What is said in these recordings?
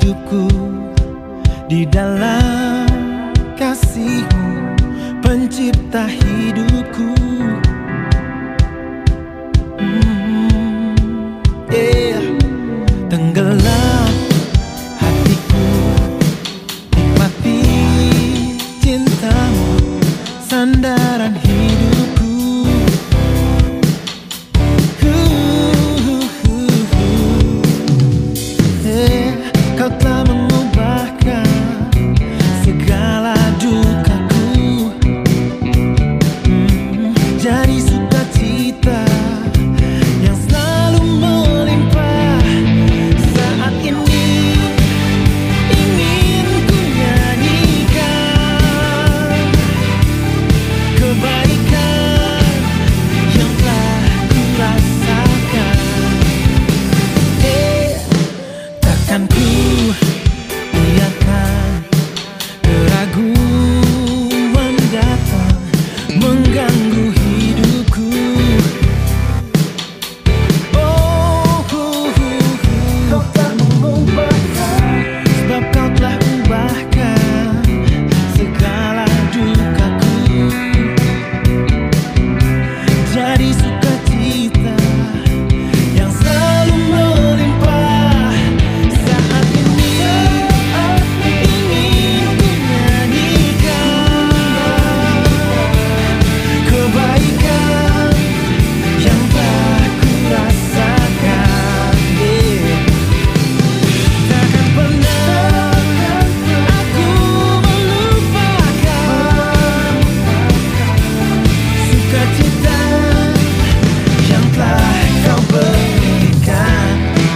hidupku di dalam kasih-Mu, pencipta hidupku. Tenggelam hatiku, nikmati cinta-Mu, sandaran hidupku. Kau telah mengubahkan segala dukaku jadi sukacita yang selalu melimpah. Saat ini ingin ku nyanyikan kebaikan yang telah ku rasakan. Takkan ku biarkan keraguan datang mengganggu hidupku. Kau telah mengubahkan, sebab Kau telah ubahkan segala dukaku jadi sukacita yang selalu melimpah. Saat ini ingin ku nyanyikan kebaikan yang telah ku rasakan. Takkan pernah aku melupakan sukacita yang telah Kau berikan.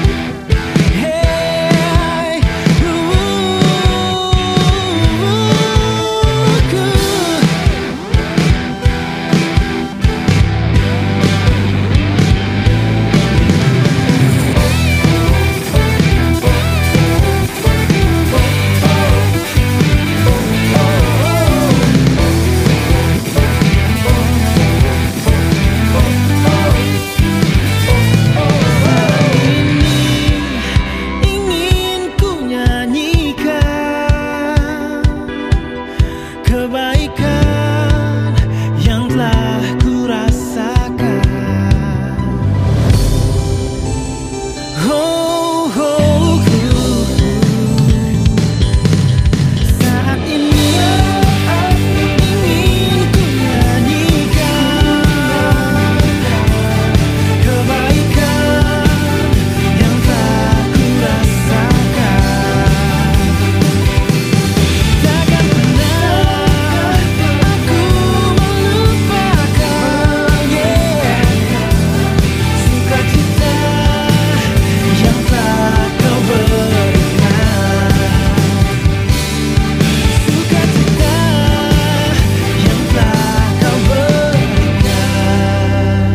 Ingin ku nyanyikan kebaikan yang telah ku rasakan. Saat ini ingin ku nyanyikan kebaikan yang telah ku rasakan. Takkan pernah aku melupakan sukacita yang telah Kau berikan. Sukacita yang telah Kau berikan.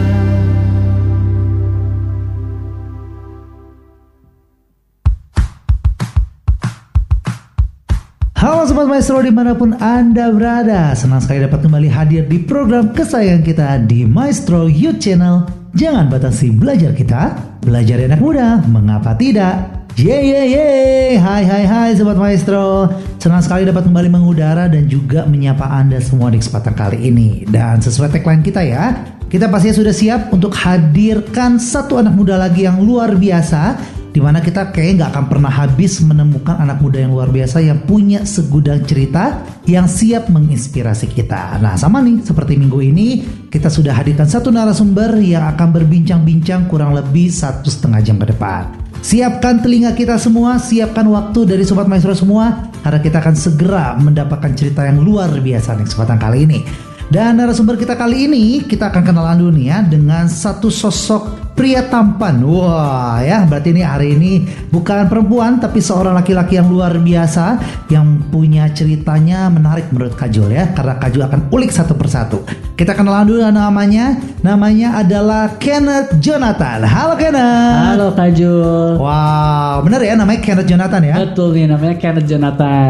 Halo Sobat Maestro dimanapun Anda berada, senang sekali dapat kembali hadir di program kesayangan kita di Maestro Youth Channel. Jangan batasi belajar kita, belajar anak muda, mengapa tidak? Yeay, hai Sobat Maestro. Senang sekali dapat kembali mengudara dan juga menyapa Anda semua di kesempatan kali ini. Dan sesuai tagline kita ya, kita pastinya sudah siap untuk hadirkan satu anak muda lagi yang luar biasa, dimana kita kayaknya nggak akan pernah habis menemukan anak muda yang luar biasa yang punya segudang cerita yang siap menginspirasi kita. Nah sama nih, seperti minggu ini kita sudah hadirkan satu narasumber yang akan berbincang-bincang kurang lebih 1,5 jam ke depan. Siapkan telinga kita semua, siapkan waktu dari Sobat Maestro semua, karena kita akan segera mendapatkan cerita yang luar biasa di kesempatan kali ini. Dan narasumber kita kali ini, kita akan kenalan dulu nih ya, dengan satu sosok pria tampan. Wah ya, berarti ini hari ini bukan perempuan tapi seorang laki-laki yang luar biasa yang punya ceritanya menarik menurut Kak Jul ya, karena Kak Jul akan ulik satu persatu. Kita kenalan dulu namanya. Namanya adalah Kenneth Jonathan. Halo Kenneth. Halo Kak Jul. Wow, bener ya namanya Kenneth Jonathan ya? Betul nih, namanya Kenneth Jonathan.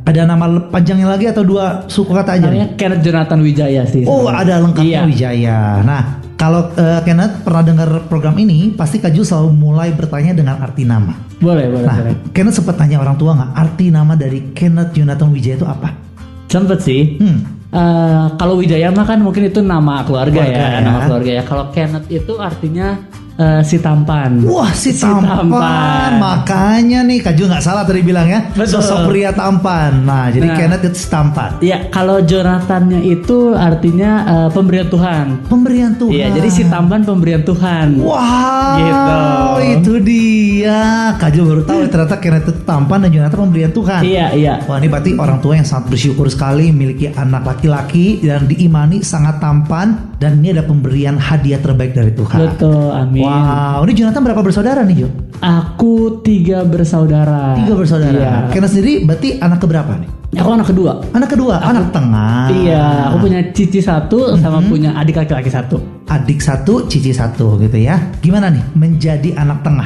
Ada nama panjangnya lagi atau 2 suku kata aja? Namanya Kenneth Jonathan Wijaya sih. Oh, ada lengkapnya Iya. Wijaya. Nah, kalau Kenneth pernah dengar program ini, pasti Kak Ju selalu mulai bertanya dengan arti nama. Boleh. Nah, Kenneth sempat tanya orang tua nggak arti nama dari Kenneth Jonathan Wijaya itu apa? Sempet sih. Kalau Wijaya mah kan mungkin itu nama keluarga ya, nama keluarga ya. Kalau Kenneth itu artinya si tampan. Wah, si tampan. Makanya nih Kak Ju nggak salah tadi bilang ya. Betul. Sosok pria tampan. Nah, jadi Kenneth itu si tampan. Iya, kalau Jonathannya itu artinya pemberian Tuhan. Pemberian Tuhan. Iya, jadi si tampan pemberian Tuhan. Wow, Gitu. itu dia. Kak Ju baru tahu ternyata Kenneth itu tampan dan Jonathan pemberian Tuhan. Iya. Wah, ini berarti orang tua yang sangat bersyukur sekali memiliki anak laki-laki dan diimani sangat tampan, dan ini ada pemberian hadiah terbaik dari Tuhan. Betul, amin. Wow, ini Jonathan berapa bersaudara nih, Jo? Aku 3 bersaudara. 3 bersaudara. Iya. Kenneth sendiri berarti anak keberapa nih? Aku anak kedua. Anak kedua, anak tengah. Iya, aku punya cici 1 sama punya adik laki-laki 1. Adik 1, cici 1 gitu ya. Gimana nih menjadi anak tengah?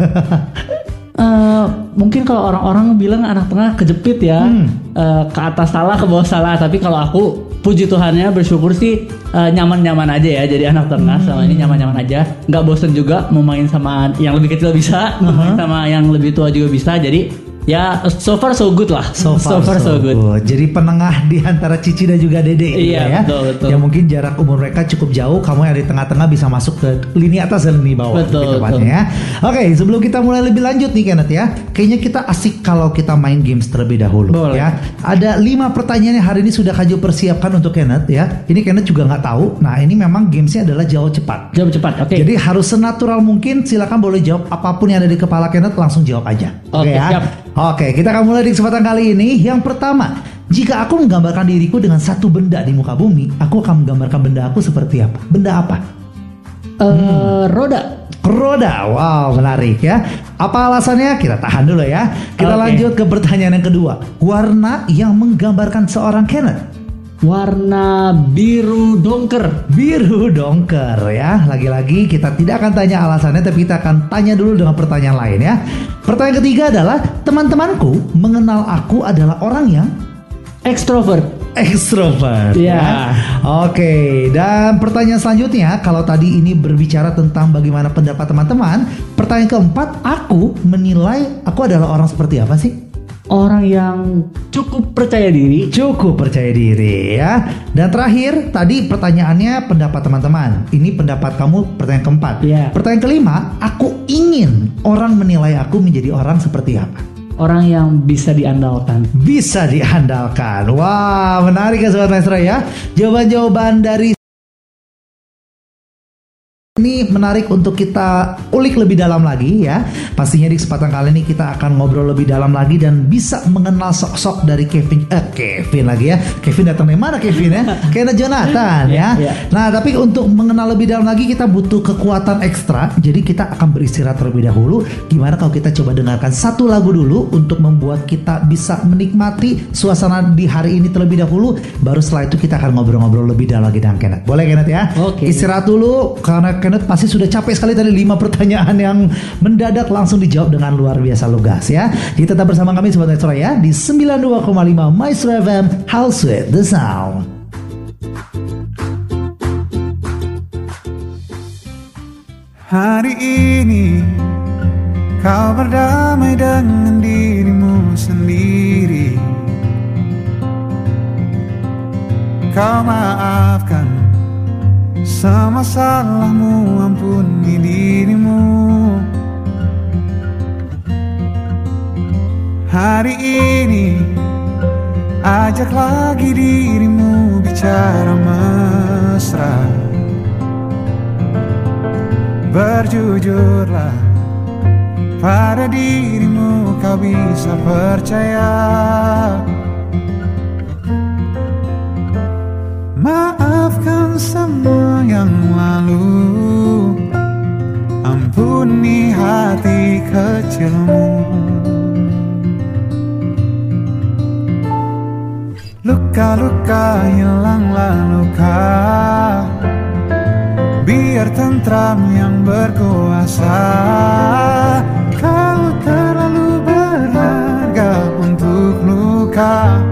Mungkin kalau orang-orang bilang anak tengah kejepit ya, ke atas salah, ke bawah salah. Tapi kalau aku, puji Tuhannya, bersyukur sih nyaman-nyaman aja ya. Jadi anak tengah sama ini nyaman-nyaman aja. Nggak bosen juga, mau main sama yang lebih kecil bisa, mau main sama yang lebih tua juga bisa. Jadi ya so far so good lah. So far so good. Jadi penengah di antara Cici dan juga Dede gitu Iya, ya. betul. Ya mungkin jarak umur mereka cukup jauh, kamu yang di tengah-tengah bisa masuk ke lini atas dan lini bawah. Betul, tepatnya ya. Oke, sebelum kita mulai lebih lanjut nih Kenneth ya, kayaknya kita asik kalau kita main games terlebih dahulu. Boleh. Ya. Ada 5 pertanyaan yang hari ini sudah Kak Jo persiapkan untuk Kenneth ya. Ini Kenneth juga nggak tahu. Nah, ini memang gamesnya adalah jawab cepat. Jawab cepat, oke. Jadi harus senatural mungkin, silakan boleh jawab apapun yang ada di kepala Kenneth, langsung jawab aja. Oke, ya. siap. Oke, kita akan mulai di kesempatan kali ini. Yang pertama, jika aku menggambarkan diriku dengan satu benda di muka bumi, aku akan menggambarkan benda aku seperti apa? Benda apa? Roda. Roda. Wow, menarik ya. Apa alasannya? Kita tahan dulu ya. Kita Oke. lanjut ke pertanyaan yang kedua. Warna yang menggambarkan seorang Kenneth. Warna biru dongker. Biru dongker ya. Lagi-lagi kita tidak akan tanya alasannya, tapi kita akan tanya dulu dengan pertanyaan lain ya. Pertanyaan ketiga adalah, teman-temanku mengenal aku adalah orang yang Extrovert. ekstrovert. Iya. Ya. Oke, dan pertanyaan selanjutnya, kalau tadi ini berbicara tentang bagaimana pendapat teman-teman, pertanyaan keempat, aku menilai aku adalah orang seperti apa sih? Orang yang cukup percaya diri. Cukup percaya diri ya. Dan terakhir, tadi pertanyaannya pendapat teman-teman. Ini pendapat kamu, pertanyaan keempat. Iya. Pertanyaan kelima, aku ingin orang menilai aku menjadi orang seperti apa? Orang yang bisa diandalkan. Bisa diandalkan. Wah, menarik ya Sobat Maestro ya. Jawaban-jawaban dari ini menarik untuk kita ulik lebih dalam lagi ya. Pastinya di kesempatan kali ini kita akan ngobrol lebih dalam lagi dan bisa mengenal sosok dari Kevin lagi ya. Kevin datang dari mana Kevin ya? Kenneth Jonathan ya. Iya. Nah, tapi untuk mengenal lebih dalam lagi kita butuh kekuatan ekstra. Jadi kita akan beristirahat terlebih dahulu. Gimana kalau kita coba dengarkan satu lagu dulu untuk membuat kita bisa menikmati suasana di hari ini terlebih dahulu. Baru setelah itu kita akan ngobrol-ngobrol lebih dalam lagi dengan Kenneth. Boleh Kenneth ya? Oke. Istirahat dulu karena Kenneth pasti sudah capek sekali tadi 5 pertanyaan yang mendadak langsung dijawab dengan luar biasa lugas ya. Jadi tetap bersama kami Sobat Maestro ya di 92,5 Maestro FM, House with the Sound. Hari ini kau berdamai dengan dirimu sendiri. Kau maafkan semua salahmu, ampuni dirimu. Hari ini ajak lagi dirimu bicara mesra. Berjujurlah pada dirimu, kau bisa percaya. Maafkan semua yang lalu, ampuni hati kecilmu. Luka-luka hilanglah luka, biar tentram yang berkuasa. Kau terlalu berharga untuk luka.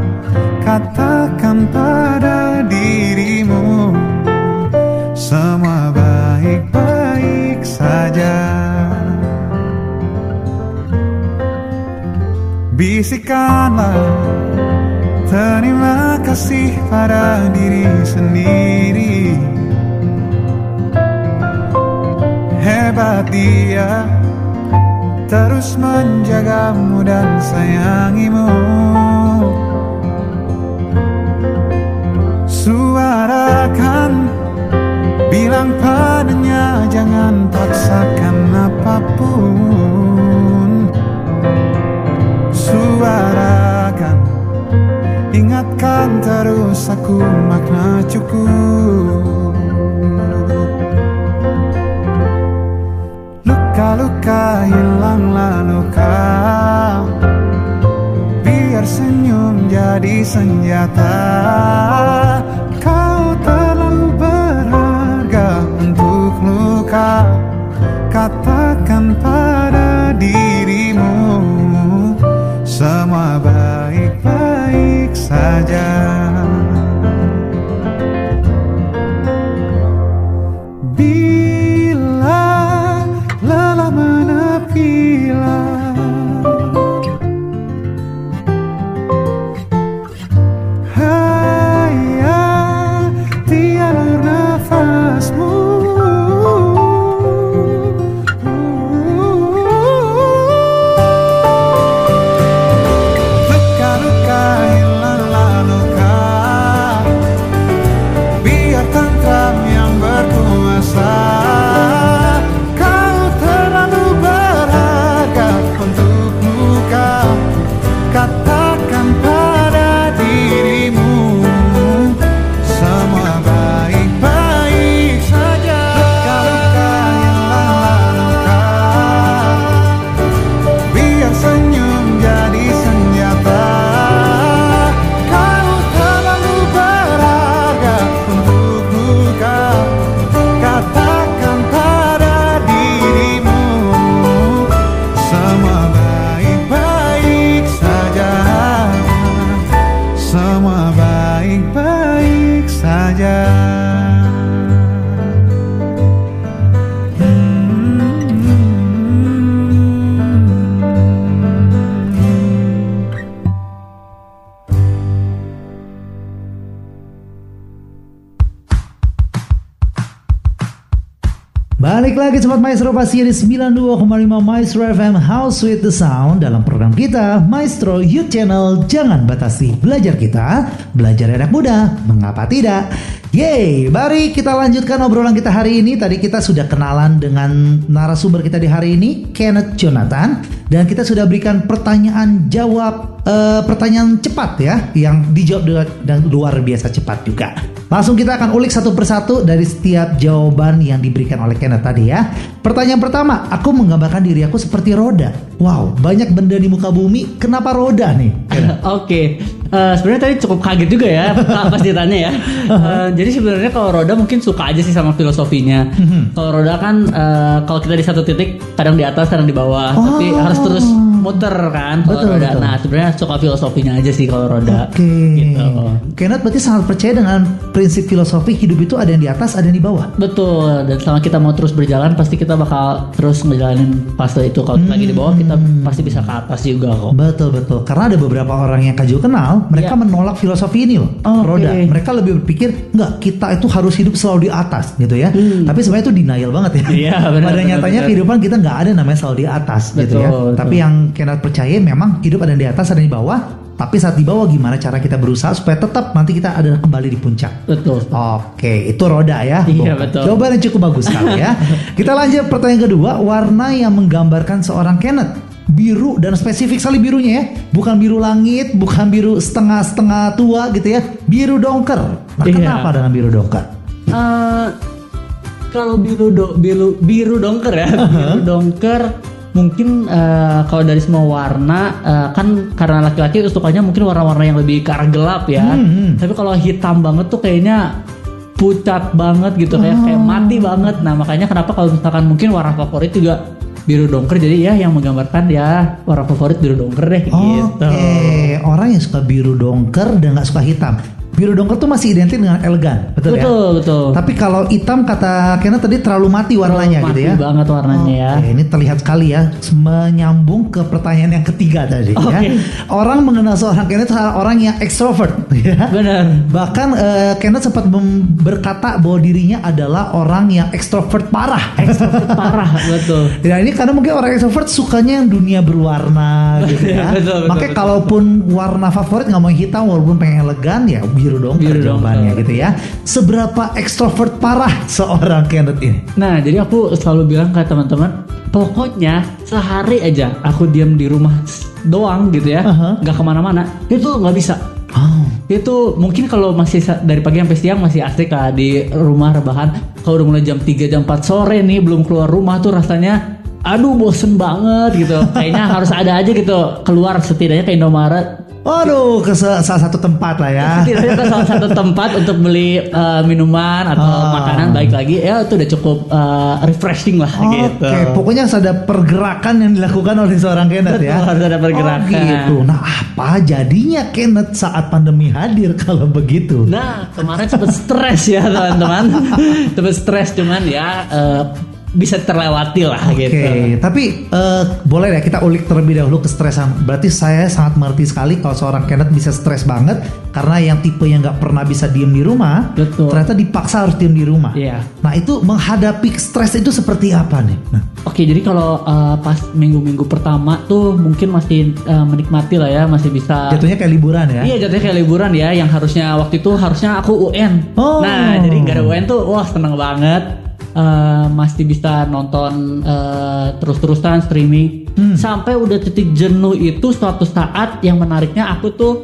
Bisikanlah terima kasih pada diri sendiri. Hebat dia, terus menjagamu dan sayangimu. Suarakan, bilang padanya jangan paksakan apapun. Suarakan, ingatkan terus aku makna cukup. Luka-luka hilanglah luka, biar senyum jadi senjata. Kau terlalu berharga untuk luka. Katakan pada dirimu semua baik-baik saja. Balik lagi Sobat Maestro pasti di 92,5 Maestro FM House with the Sound dalam program kita Maestro Youth Channel. Jangan batasi belajar kita, belajar anak muda, mengapa tidak? Yeay, mari kita lanjutkan obrolan kita hari ini. Tadi kita sudah kenalan dengan narasumber kita di hari ini, Kenneth Jonathan. Dan kita sudah berikan pertanyaan jawab, pertanyaan cepat ya, yang dijawab dengan luar biasa cepat juga. Langsung kita akan ulik satu persatu dari setiap jawaban yang diberikan oleh Kenneth tadi ya. Pertanyaan pertama, aku menggambarkan diri aku seperti roda. Wow, banyak benda di muka bumi, kenapa roda nih? Oke. Sebenarnya tadi cukup kaget juga ya pas ditanya ya. Jadi sebenarnya kalau roda mungkin suka aja sih sama filosofinya. Kalau roda kan kalau kita di satu titik kadang di atas kadang di bawah, tapi harus terus muter kan kalau roda. Betul. Nah sebenarnya suka filosofinya aja sih kalau roda. Oke. Gitu. Kenneth berarti sangat percaya dengan prinsip filosofi hidup itu ada yang di atas ada yang di bawah. Betul. Dan selama kita mau terus berjalan pasti kita bakal terus ngejalanin fase itu. Kalau kita lagi di bawah kita pasti bisa ke atas juga kok. Betul. Karena ada beberapa orang yang Kak Jo kenal, mereka menolak filosofi ini loh, roda. Mereka lebih berpikir enggak, kita itu harus hidup selalu di atas gitu ya. Tapi sebenarnya itu denial banget ya. Iya, pada nyatanya kehidupan kita nggak ada namanya selalu di atas gitu ya. Betul. Tapi yang Kenneth percaya memang hidup ada di atas ada di bawah. Tapi saat di bawah gimana cara kita berusaha supaya tetap nanti kita ada kembali di puncak. Betul. Oke, itu roda ya. Iya, betul. Jawaban yang cukup bagus sekali ya. Kita lanjut pertanyaan kedua, warna yang menggambarkan seorang Kenneth. Biru dan spesifik sekali birunya ya. Bukan biru langit, bukan biru setengah-setengah tua gitu ya. Biru dongker. Nah, kenapa dengan biru dongker? Kalau biru dongker ya. Biru dongker mungkin kalau dari semua warna kan karena laki-laki sukanya mungkin warna-warna yang lebih ke arah gelap ya. Tapi kalau hitam banget tuh kayaknya pucat banget gitu, kayak mati banget. Nah makanya kenapa kalau misalkan mungkin warna favorit juga biru dongker, jadi ya yang menggambarkan ya warna favorit biru dongker deh gitu. Oke, orang yang suka biru dongker dan nggak suka hitam. biru dongker tuh masih identik dengan elegan, betul ya? Betul. Tapi kalau hitam kata Kenneth tadi terlalu mati warnanya Mati gitu ya. banget warnanya ya. Oke, ini terlihat sekali ya, menyambung ke pertanyaan yang ketiga tadi ya. Oke. Orang mengenal seorang Kenneth adalah orang yang extrovert ya. Benar. Bahkan Kenneth sempat berkata bahwa dirinya adalah orang yang extrovert parah. Extrovert parah, betul. Ya ini karena mungkin orang extrovert sukanya yang dunia berwarna gitu ya. Betul, Makanya betul. kalaupun warna favorit nggak mau hitam walaupun pengen elegan ya biru dongker Biru jawabannya dongker. gitu ya. Seberapa extrovert parah seorang Kenneth ini? Nah, jadi aku selalu bilang ke teman-teman, pokoknya sehari aja aku diam di rumah doang gitu ya, Aha. nggak kemana-mana, itu nggak bisa. Oh. Itu mungkin kalau masih dari pagi sampai siang masih asik lah di rumah rebahan. Kalau udah mulai jam 3 jam 4 sore nih belum keluar rumah tuh rasanya aduh bosen banget gitu. Kayaknya harus ada aja gitu keluar setidaknya ke Indomaret. Waduh, ke salah satu tempat lah ya. Setidaknya ke salah satu tempat untuk beli minuman atau makanan baik lagi ya itu udah cukup refreshing lah gitu. Oke, pokoknya harus ada pergerakan yang dilakukan oleh seorang Kenneth Betul, ya. harus ada pergerakan. Oh gitu. Nah, apa jadinya Kenneth saat pandemi hadir kalau begitu? Nah, kemarin sempet stres ya teman-teman. Sempet stres cuman ya bisa terlewati lah Oke, gitu. tapi boleh ya kita ulik terlebih dahulu kestresan. Berarti saya sangat mengerti sekali kalau seorang Kenneth bisa stres banget karena yang tipe yang nggak pernah bisa diem di rumah, Betul. ternyata dipaksa harus diem di rumah. Iya. Nah itu menghadapi stres itu seperti apa nih? Nah, Oke, jadi kalau pas minggu-minggu pertama tuh mungkin masih menikmati lah ya, masih bisa. jatuhnya kayak liburan ya? Iya, jatuhnya kayak liburan ya, yang harusnya waktu itu harusnya aku UN. Oh. Nah, jadi nggak ada UN tuh, wah seneng banget. Masih bisa nonton terus-terusan streaming. Sampai udah titik jenuh itu suatu saat yang menariknya aku tuh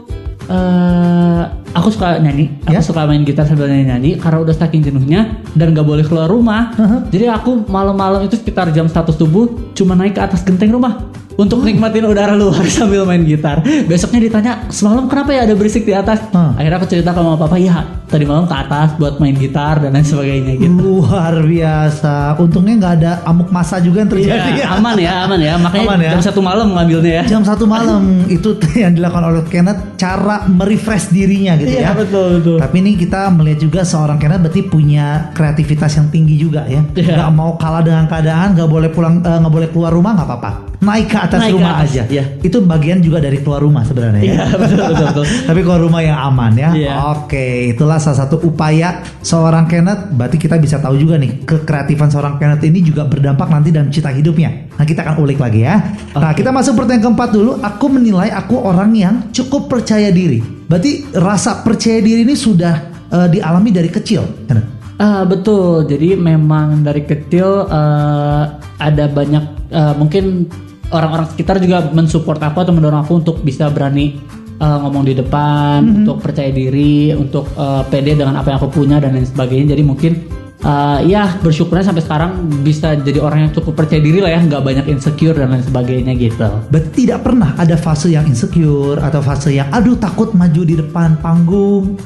aku suka nyanyi, Ya? aku suka main gitar sambil nyanyi karena udah saking jenuhnya dan gak boleh keluar rumah. Jadi aku malam-malam itu sekitar jam 1 subuh cuma naik ke atas genteng rumah untuk nikmatin udara luar sambil main gitar. Besoknya ditanya, semalam kenapa ya ada berisik di atas? Akhirnya aku cerita ke mama papa, ya tadi malam ke atas buat main gitar dan lain sebagainya gitu. Luar biasa. Untungnya nggak ada amuk masa juga yang terjadi. Iya, aman ya. Makanya Aman ya? jam 1 malam ngambilnya ya. Jam 1 malam itu yang dilakukan oleh Kenneth, cara merefresh dirinya gitu ya. betul. Tapi ini kita melihat juga seorang Kenneth berarti punya kreativitas yang tinggi juga ya. Iya. Nggak mau kalah dengan keadaan, nggak boleh pulang, nggak boleh keluar rumah nggak apa-apa. Naik ke atas Naik ke rumah atas, aja. iya. Itu bagian juga dari keluar rumah sebenarnya. Iya, Ya? betul. Tapi keluar rumah yang aman ya. Iya. Oke, itulah salah satu upaya seorang Kenneth. Berarti kita bisa tahu juga nih kekreatifan seorang Kenneth ini juga berdampak nanti dalam cita hidupnya. Nah, kita akan ulik lagi ya. Nah, kita masuk pertanyaan keempat dulu. Aku menilai aku orang yang cukup percaya diri. Berarti rasa percaya diri ini sudah dialami dari kecil, Kenneth? Betul. Jadi memang dari kecil ada banyak mungkin orang-orang sekitar juga mensupport aku atau mendorong aku untuk bisa berani ngomong di depan, untuk percaya diri, untuk pede dengan apa yang aku punya dan lain sebagainya. Jadi mungkin ya bersyukurnya sampai sekarang bisa jadi orang yang cukup percaya diri lah ya, nggak banyak insecure dan lain sebagainya gitu. Berarti tidak pernah ada fase yang insecure atau fase yang aduh takut maju di depan panggung.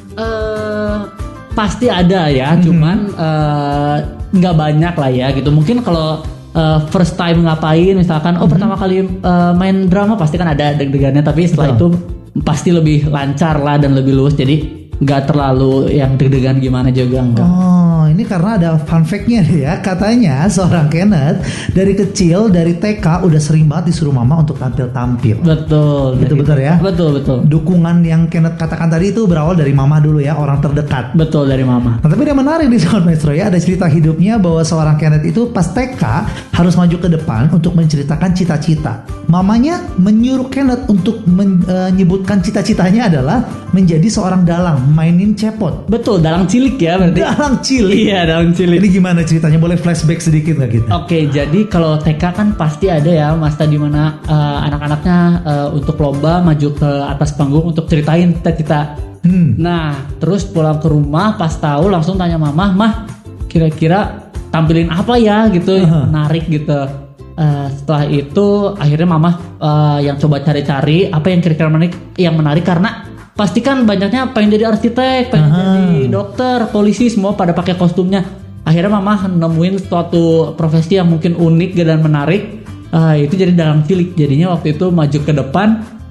Pasti ada ya, cuman nggak banyak lah ya gitu. Mungkin kalau first time ngapain misalkan, pertama kali main drama pasti kan ada deg-degannya, tapi setelah itu pasti lebih lancar lah dan lebih luwes. Jadi nggak terlalu yang deg-degan gimana juga enggak. Oh, ini karena ada fun fact-nya nih ya. Katanya seorang Kenneth dari kecil, dari TK udah sering banget disuruh mama untuk tampil-tampil. Betul. Gitu betul ya? Betul. Dukungan yang Kenneth katakan tadi itu berawal dari mama dulu ya, orang terdekat. Betul dari mama. Nah, tapi yang menarik di Sobat Maestro ya, ada cerita hidupnya bahwa seorang Kenneth itu pas TK harus maju ke depan untuk menceritakan cita-cita. Mamanya menyuruh Kenneth untuk menyebutkan cita-citanya adalah menjadi seorang dalang, mainin cepot. Betul, dalang cilik ya berarti. Dalang cilik. Iya, dalang cilik. Ini gimana ceritanya? Boleh flashback sedikit nggak kita? Oke, jadi kalau TK kan pasti ada ya masa dimana anak-anaknya untuk lomba maju ke atas panggung untuk ceritain cita-cita. Nah, terus pulang ke rumah pas tahu langsung tanya mah kira-kira tampilin apa ya gitu, menarik gitu. Setelah itu akhirnya mama yang coba cari-cari apa yang kira-kira menarik karena pasti kan banyaknya pengen jadi arsitek, pengen jadi dokter, polisi, semua pada pakai kostumnya. Akhirnya mama nemuin suatu profesi yang mungkin unik dan menarik. Itu jadi dalang cilik. Jadinya waktu itu maju ke depan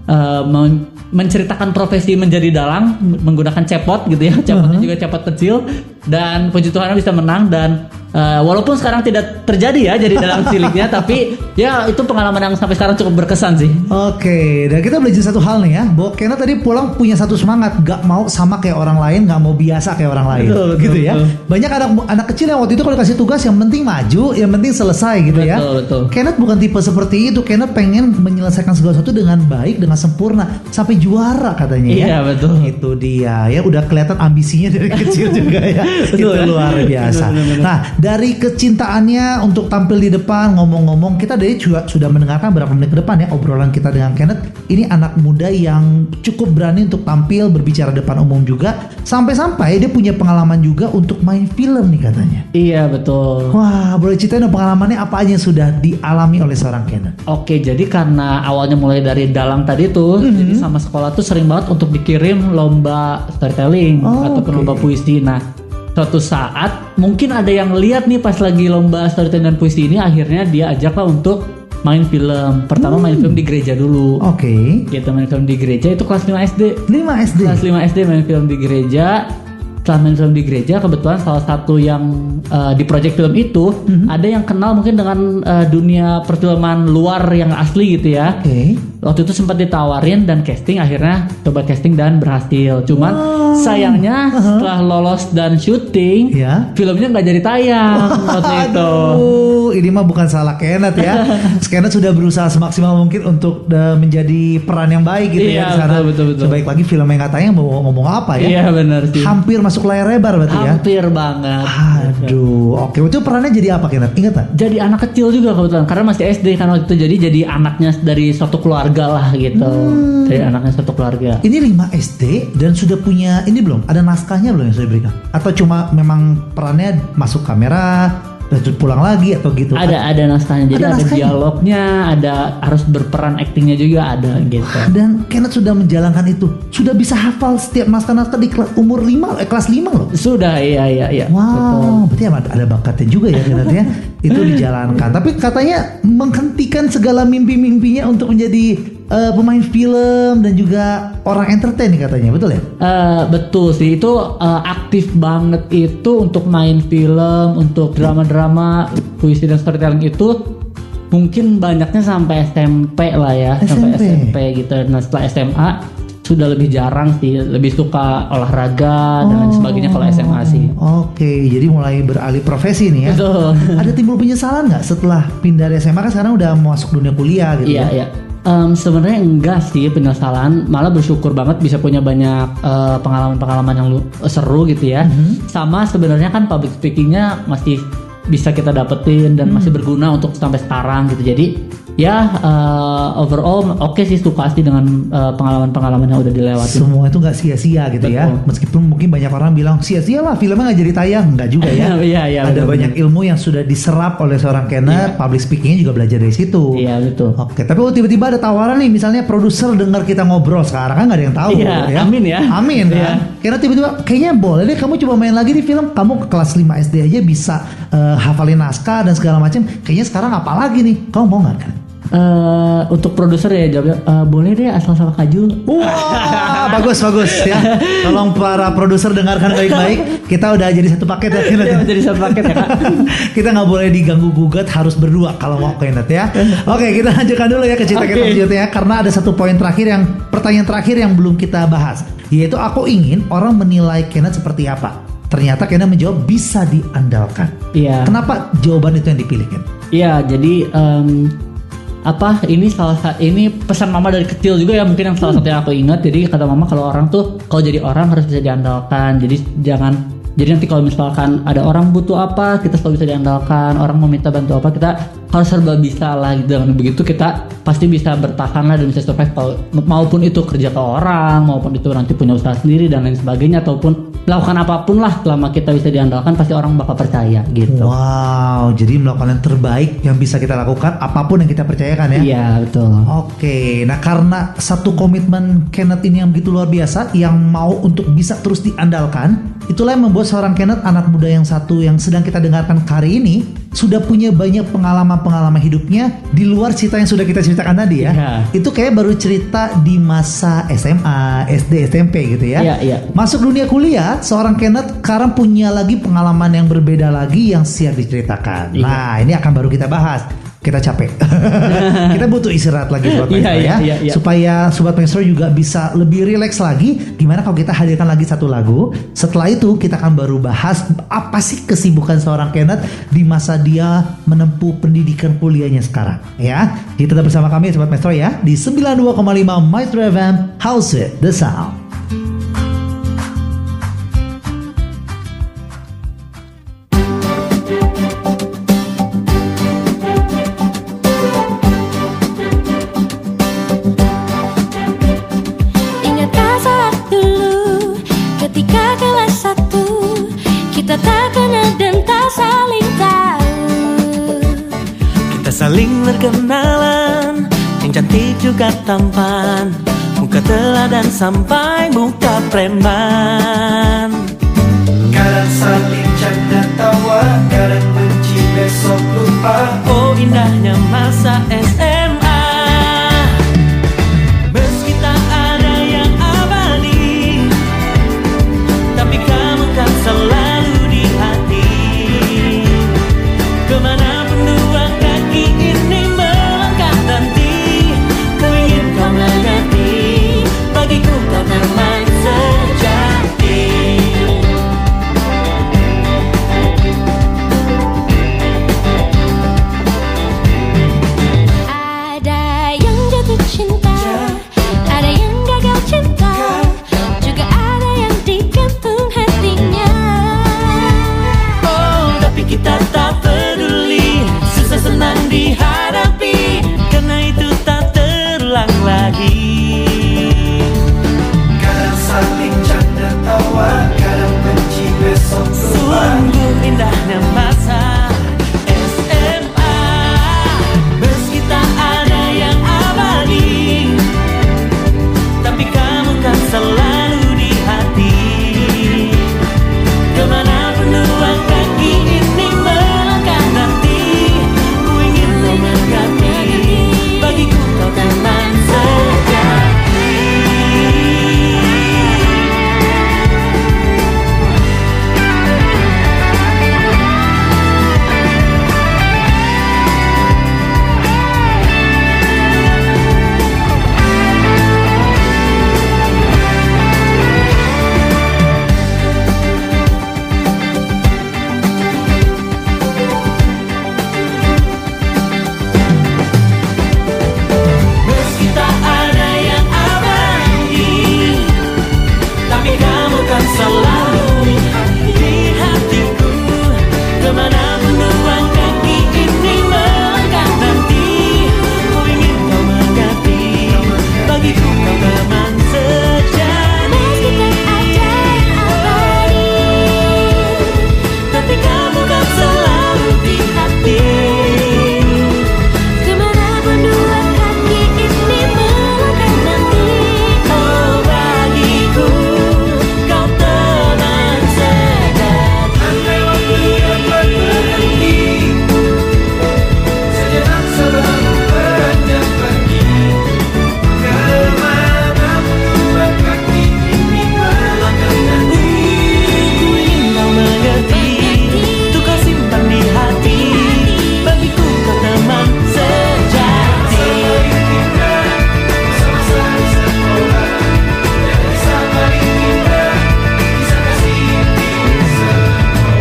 menceritakan profesi menjadi dalang menggunakan cepot gitu ya, cepotnya juga cepot kecil, dan puji Tuhan bisa menang. Dan walaupun sekarang tidak terjadi ya jadi dalang ciliknya, tapi ya itu pengalaman yang sampai sekarang cukup berkesan sih. Oke, dan kita belajar satu hal nih ya, bahwa Kenneth tadi pulang punya satu semangat, gak mau sama kayak orang lain, gak mau biasa kayak orang lain, Betul, gitu betul, ya. betul. Banyak anak kecil yang waktu itu kalau dikasih tugas yang penting maju, yang penting selesai gitu ya. Betul. Kenneth bukan tipe seperti itu. Kenneth pengen menyelesaikan segala sesuatu dengan baik, dengan sempurna, sampai juara katanya ya. Iya, betul. Itu dia ya, udah kelihatan ambisinya dari kecil juga ya. Itu Betul, ya. luar biasa. Benar. Nah, dari kecintaannya untuk tampil di depan, ngomong-ngomong, kita dari juga sudah mendengarkan beberapa menit ke depan ya obrolan kita dengan Kenneth. Ini anak muda yang cukup berani untuk tampil berbicara depan umum juga, sampai-sampai dia punya pengalaman juga untuk main film nih katanya. Iya, betul. Wah, boleh ceritain dong pengalamannya apa aja yang sudah dialami oleh seorang Kenneth? Oke, jadi karena awalnya mulai dari dalang tadi tuh, jadi sama sekolah tuh sering banget untuk dikirim lomba storytelling Oh, ataupun oke. lomba puisi. Nah, suatu saat mungkin ada yang lihat nih pas lagi lomba storytelling dan puisi ini, akhirnya dia ajaklah untuk main film. Pertama main film di gereja dulu. Oke. Gitu, main film di gereja itu kelas 5 SD. 5 SD. Kelas 5 SD main film di gereja. Setelah main film di gereja, kebetulan salah satu yang di project film itu ada yang kenal mungkin dengan dunia perfilman luar yang asli gitu ya. Oke. Waktu itu sempat ditawarin dan casting, akhirnya coba casting dan berhasil. Cuman sayangnya setelah lolos dan syuting, Ya. filmnya nggak jadi tayang waktu itu. Aduh, ini mah bukan salah Kenneth ya. Kenneth sudah berusaha semaksimal mungkin untuk menjadi peran yang baik gitu Iya, ya di sana. betul. Sebaik lagi filmnya nggak tayang mau ngomong apa ya? Iya benar sih. Hampir masuk layar lebar berarti ya. Hampir banget. Aduh, oke. Itu perannya jadi apa Kenneth? Ingat nggak? Jadi anak kecil juga kebetulan karena masih SD kan waktu itu, jadi anaknya dari suatu keluarga lah gitu. Dari anaknya suatu keluarga. Ini 5 SD dan sudah punya ini belum? Ada naskahnya belum yang sudah diberikan? Atau cuma memang perannya masuk kamera dan pulang lagi atau gitu? Ada naskahnya, jadi Ada ada naskahnya? dialognya, ada harus berperan aktingnya juga ada gitu. Dan Kenneth sudah menjalankan itu. Sudah bisa hafal setiap naskah-naskah di umur 5, kelas 5 loh. Sudah, iya. Betul. Wow, berarti ada bakatnya juga ya Kenneth ya. Itu dijalankan. Tapi katanya menghentikan segala mimpi-mimpinya untuk menjadi pemain film dan juga orang entertain nih katanya, betul ya? Betul sih, itu aktif banget itu untuk main film, untuk drama-drama, puisi dan storytelling itu mungkin banyaknya sampai SMP lah ya, sampai SMP gitu. Nah setelah SMA sudah lebih jarang sih, lebih suka olahraga dan lain sebagainya kalau SMA sih. Oke, jadi mulai beralih profesi nih ya. Betul. Ada timbul penyesalan nggak setelah pindah dari SMA kan sekarang udah masuk dunia kuliah gitu ya? Iya. Sebenarnya enggak sih penyesalan, malah bersyukur banget bisa punya banyak pengalaman-pengalaman yang seru gitu ya. Sama sebenarnya kan public speakingnya masih bisa kita dapetin dan masih berguna untuk sampai sekarang gitu. Jadi ya overall oke sih, suka sih dengan pengalaman-pengalaman yang udah dilewatin. Semua itu nggak sia-sia gitu ya. Betul. Meskipun mungkin banyak orang bilang sia-sia lah filmnya nggak jadi tayang, nggak juga ya. Iya, Ada benar-benar. banyak ilmu yang sudah diserap oleh seorang Kenneth. Public speakingnya juga belajar dari situ. Iya betul. Oke, tapi kalau tiba-tiba ada tawaran nih, misalnya produser dengar kita ngobrol sekarang kan nggak ada yang tahu. Iya, amin ya. Amin kan. Iya. Karena tiba-tiba kayaknya boleh deh kamu coba main lagi di film. Kamu ke kelas 5 SD aja bisa hafalin naskah dan segala macam. Kayaknya sekarang apa lagi nih? Kamu mau nggak kan? Untuk produser ya jawabnya boleh deh asal sama Kajul. Wah, bagus ya. Tolong para produser dengarkan baik-baik. Kita udah jadi satu paket ya Kenneth. Ya, jadi satu paket ya Kak. Kita nggak boleh diganggu gugat, harus berdua kalau mau Kenneth ya. Oke, kita lanjutkan dulu ya ke cerita kita selanjutnya ya, karena ada satu poin terakhir pertanyaan terakhir yang belum kita bahas, yaitu aku ingin orang menilai Kenneth seperti apa. Ternyata Kenneth menjawab bisa diandalkan. Iya. Kenapa jawaban itu yang dipilih Ken? Iya, jadi ini pesan mama dari kecil juga ya, mungkin yang salah satu yang aku ingat. Jadi kata mama kalau orang tuh kalau jadi orang harus bisa diandalkan. Jadi nanti kalau misalkan ada orang butuh apa, kita selalu bisa diandalkan. Orang meminta bantu apa, kita harus serba bisa lah gitu. Dengan begitu kita pasti bisa bertahan lah dan bisa survive, maupun itu kerja ke orang, maupun itu nanti punya usaha sendiri dan lain sebagainya, ataupun melakukan apapun lah, selama kita bisa diandalkan pasti orang bakal percaya gitu. Wow, jadi melakukan yang terbaik yang bisa kita lakukan apapun yang kita percayakan ya. Iya betul. Oke, nah karena satu komitmen Kenneth ini yang begitu luar biasa, yang mau untuk bisa terus diandalkan, itulah yang membuat seorang Kenneth, anak muda yang satu yang sedang kita dengarkan hari ini, sudah punya banyak pengalaman-pengalaman hidupnya di luar cerita yang sudah kita ceritakan tadi ya. Iya. Itu kayak baru cerita di masa SMA, SD, SMP gitu ya. Iya, iya. Masuk dunia kuliah, seorang Kenneth sekarang punya lagi pengalaman yang berbeda lagi yang siap diceritakan. Iya. Nah, ini akan baru kita bahas. Kita capek. Kita butuh istirahat lagi Sobat Maestro ya. Iya. Supaya Sobat Maestro juga bisa lebih rileks lagi. Gimana kalau kita hadirkan lagi satu lagu. Setelah itu kita akan baru bahas apa sih kesibukan seorang Kenneth di masa dia menempuh pendidikan kuliahnya sekarang. Ya, kita tetap bersama kami Sobat Maestro ya. Di 92,5 Maestro FM, House It, The Sound. Ingatkah saat dulu ketika kelas 1 kita tak kenal dan tak saling tahu. Kita saling berkenalan, yang cantik juga tampan, muka teladan sampai muka preman. Kadang saling canda tawa, kadang benci besok lupa. Oh indahnya masa SMA, meski tak ada yang abadi, tapi kamu kan selalu di hati. Kemanapun dua kaki ini melangkah nanti, ku ingin kau mengerti, bagiku kau teman sejati. Ada yang jatuh cinta, ada yang gagal cinta, juga ada yang digantung hatinya. Oh, tapi kita tak peduli, susah senang dihadapi, karena itu tak terulang lagi. Kadang saling canda tawa, kadang benci besok lupa. Sungguh indahnya masa SMA, meski tak ada yang abadi, tapi kamu kan selalu di hati. Kemanapun dua kaki ini melangkah nanti, ku ingin kau mengerti, bagiku kau teman sejati. Meski tak ada yang abadi, tapi kamu kan selalu di hatiku. Kemanapun dua kaki ini melangkah nanti, ku ingin kau mengerti, bagiku kau teman sejati. Meski tak ada yang abadi, Tapi kamu kan selalu di hati. kemanapun dua kaki ini melangkah nanti. Oh bagiku kau teman sejati. Andai waktu dapat berhenti, sejenak sebelum beranjak pergi. Kemanapun dua kaki ini melangkah nanti. Ku ingin kau mengerti, untuk kau simpan di hati, bagiku kau teman sejati. Kita sama-sama di sekolah, dan bersama kita bisa kasih di sekolah.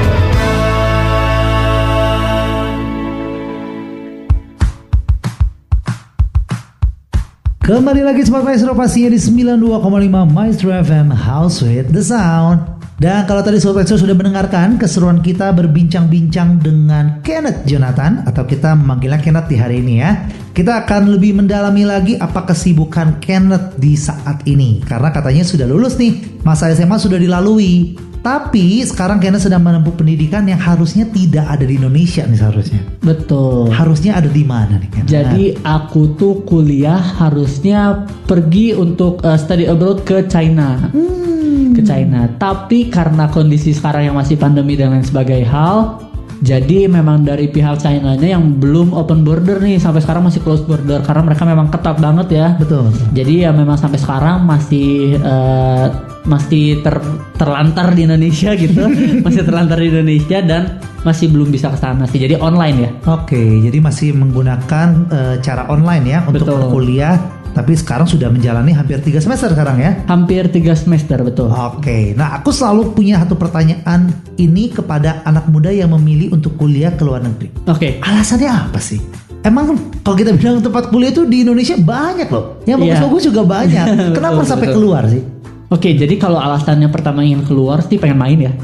Kembali lagi Sobat Maestro pastinya di 92,5 Maestro FM, House with the Sound. Dan kalau tadi Sobat Maestro sudah mendengarkan keseruan kita berbincang-bincang dengan Kenneth Jonathan, atau kita memanggilnya Kenneth di hari ini ya. Kita akan lebih mendalami lagi apa kesibukan Kenneth di saat ini. Karena katanya sudah lulus nih, masa SMA sudah dilalui. Tapi sekarang Kenneth sedang menempuh pendidikan yang harusnya tidak ada di Indonesia nih seharusnya. Betul. Harusnya ada di mana nih Kenneth? Jadi aku tuh kuliah harusnya pergi untuk study abroad ke China. Ke China. Tapi karena kondisi sekarang yang masih pandemi dan lain sebagainya hal, Jadi memang dari pihak China-nya yang belum open border nih, sampai sekarang masih close border karena mereka memang ketat banget ya. Betul. Jadi ya memang sampai sekarang masih terlantar di Indonesia gitu, masih terlantar di Indonesia dan masih belum bisa ke sana sih. Jadi online ya. Oke, jadi masih menggunakan cara online ya untuk Betul. berkuliah. Tapi sekarang sudah menjalani hampir 3 semester sekarang ya. Hampir 3 semester betul. Oke, nah aku selalu punya satu pertanyaan ini kepada anak muda yang memilih untuk kuliah ke luar negeri. Oke. Alasannya apa sih? Emang kalau kita bilang tempat kuliah itu di Indonesia banyak loh. Yang Iya. bagus-bagus juga banyak. Kenapa Betul, sampai betul. keluar sih? Oke, jadi kalau alasannya pertama ingin keluar sih pengen main ya.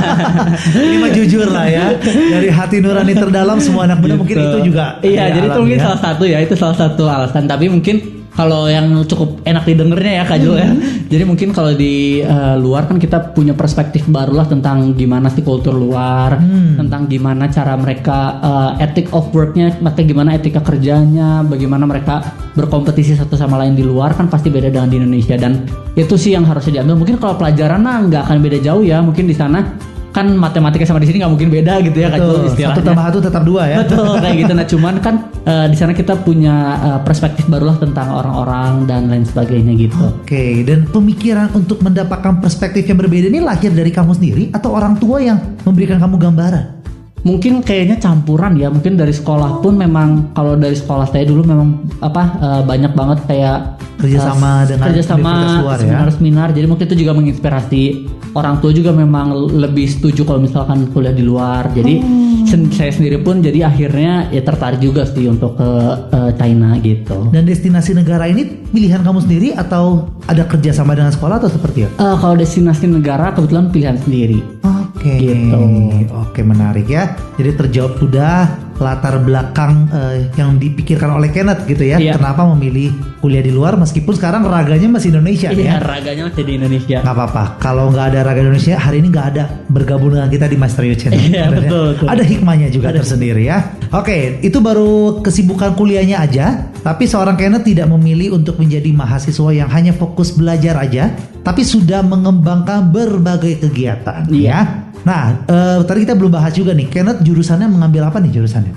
Ini mah jujur lah ya. Dari hati nurani terdalam semua anak muda mungkin itu juga. Iya, jadi itu alami mungkin ya. salah satu ya, itu salah satu alasan. Tapi mungkin kalau yang cukup enak didengarnya ya Kak Jul ya. Jadi mungkin kalau di luar kan kita punya perspektif baru lah tentang gimana sih kultur luar, tentang gimana cara mereka ethic of worknya, gimana etika kerjanya, bagaimana mereka berkompetisi satu sama lain di luar kan pasti beda dengan di Indonesia, dan itu sih yang harusnya diambil. Mungkin kalau pelajaran mah nggak akan beda jauh ya, mungkin di sana kan matematika sama di sini nggak mungkin beda gitu ya Kak Jul, Betul, istilahnya. 1 tambah 1 tetap 2 ya. Betul kayak gitu. Nah cuman kan di sana kita punya perspektif barulah tentang orang-orang dan lain sebagainya gitu. Oke, dan pemikiran untuk mendapatkan perspektif yang berbeda ini lahir dari kamu sendiri atau orang tua yang memberikan kamu gambaran? Mungkin kayaknya campuran ya. Mungkin dari sekolah pun memang, kalau dari sekolah saya dulu memang banyak banget kayak Kerjasama dengan universitas luar ya. seminar-seminar. Jadi mungkin itu juga menginspirasi orang tua juga memang lebih setuju kalau misalkan kuliah di luar. Jadi saya sendiri pun jadi akhirnya ya tertarik juga sih untuk ke China gitu. Dan destinasi negara ini pilihan kamu sendiri atau ada kerjasama dengan sekolah atau seperti apa? Kalau destinasi negara kebetulan pilihan sendiri. Oke, Gitu. Oke, menarik ya. Jadi terjawab sudah latar belakang yang dipikirkan oleh Kenneth gitu ya. Iya. Kenapa memilih kuliah di luar meskipun sekarang raganya masih Indonesia Iya, ya. raganya masih di Indonesia. Nggak apa-apa. Kalau nggak ada raga Indonesia hari ini nggak ada bergabung dengan kita di Master You Channel. Iya, Benar ya? betul. Ada hikmahnya juga tersendiri ya. Oke, itu baru kesibukan kuliahnya aja. Tapi seorang Kenneth tidak memilih untuk menjadi mahasiswa yang hanya fokus belajar aja, tapi sudah mengembangkan berbagai kegiatan. Iya. Ya. Nah, tadi kita belum bahas juga nih. Kenneth jurusannya mengambil apa nih jurusannya?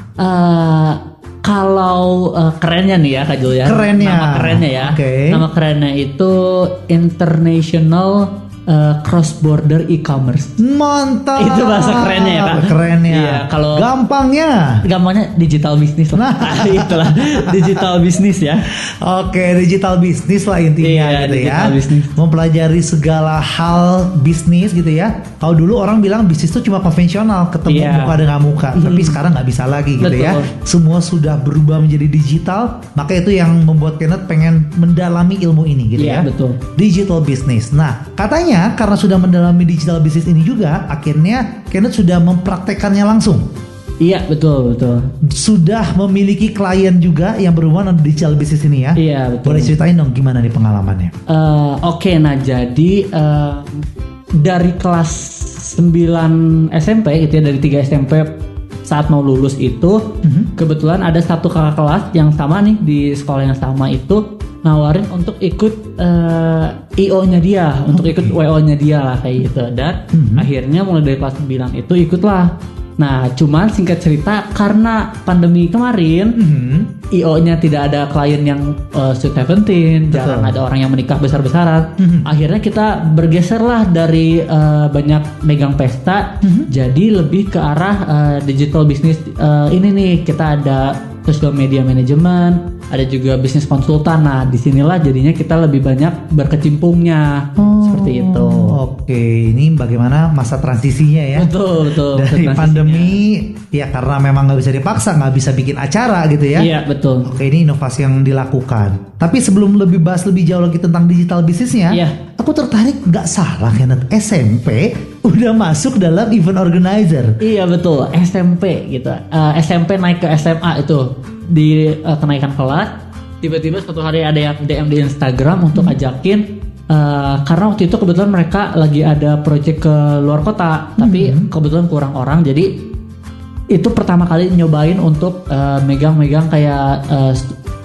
Kalau kerennya nih ya Kak Jul ya. Kerennya. Nama kerennya ya. Oke. Nama kerennya itu International Cross Border E-commerce. Mantap. Itu bahasa kerennya ya, Kak. Kerennya. Iya, kalau- gampangnya. Gampangnya digital bisnis lah. Itulah digital bisnis ya. Oke, digital bisnis lah intinya Iya, gitu ya. digital bisnis. Mempelajari segala hal bisnis gitu ya. Kalau dulu orang bilang bisnis itu cuma konvensional, ketemu Iya. muka dengan muka. Tapi sekarang nggak bisa lagi gitu ya. Betul. Semua sudah berubah menjadi digital. Maka itu yang membuat Kenneth pengen mendalami ilmu ini gitu Iya, ya. betul. Digital business. Nah, katanya karena sudah mendalami digital business ini juga, akhirnya Kenneth sudah mempraktekannya langsung. Iya, betul. Sudah memiliki klien juga yang berhubungan dengan digital business ini ya. Iya, betul. Boleh ceritain dong gimana nih pengalamannya? Oke, nah jadi dari kelas 9 SMP gitu ya, dari 3 SMP saat mau lulus itu kebetulan ada satu kakak kelas yang sama nih di sekolah yang sama itu nawarin untuk ikut IO-nya dia, untuk ikut WO-nya dia lah kayak gitu. Dan akhirnya mulai dari kelas 9 itu ikutlah. Nah, cuman singkat cerita karena pandemi kemarin IO-nya tidak ada klien yang sweet 17, jarang ada orang yang menikah besar-besaran. Akhirnya kita bergeser lah dari banyak megang pesta, jadi lebih ke arah digital business. Ini nih kita ada social media management, ada juga bisnis konsultan. Nah, disinilah jadinya kita lebih banyak berkecimpungnya seperti itu. Oke, ini bagaimana masa transisinya ya? Betul. Dari Transisinya. pandemi ya karena memang nggak bisa dipaksa, nggak bisa bikin acara gitu ya. Iya, betul. Oke, ini inovasi yang dilakukan. Tapi sebelum lebih bahas lebih jauh lagi tentang digital bisnisnya, Iya. aku tertarik nggak salah Kenneth SMP udah masuk dalam event organizer. Iya betul, SMP gitu. SMP naik ke SMA itu di kenaikan kelas. Tiba-tiba suatu hari ada yang DM di Instagram untuk ajakin. Karena waktu itu kebetulan mereka lagi ada project ke luar kota, tapi kebetulan kurang orang. Jadi itu pertama kali nyobain untuk megang-megang kayak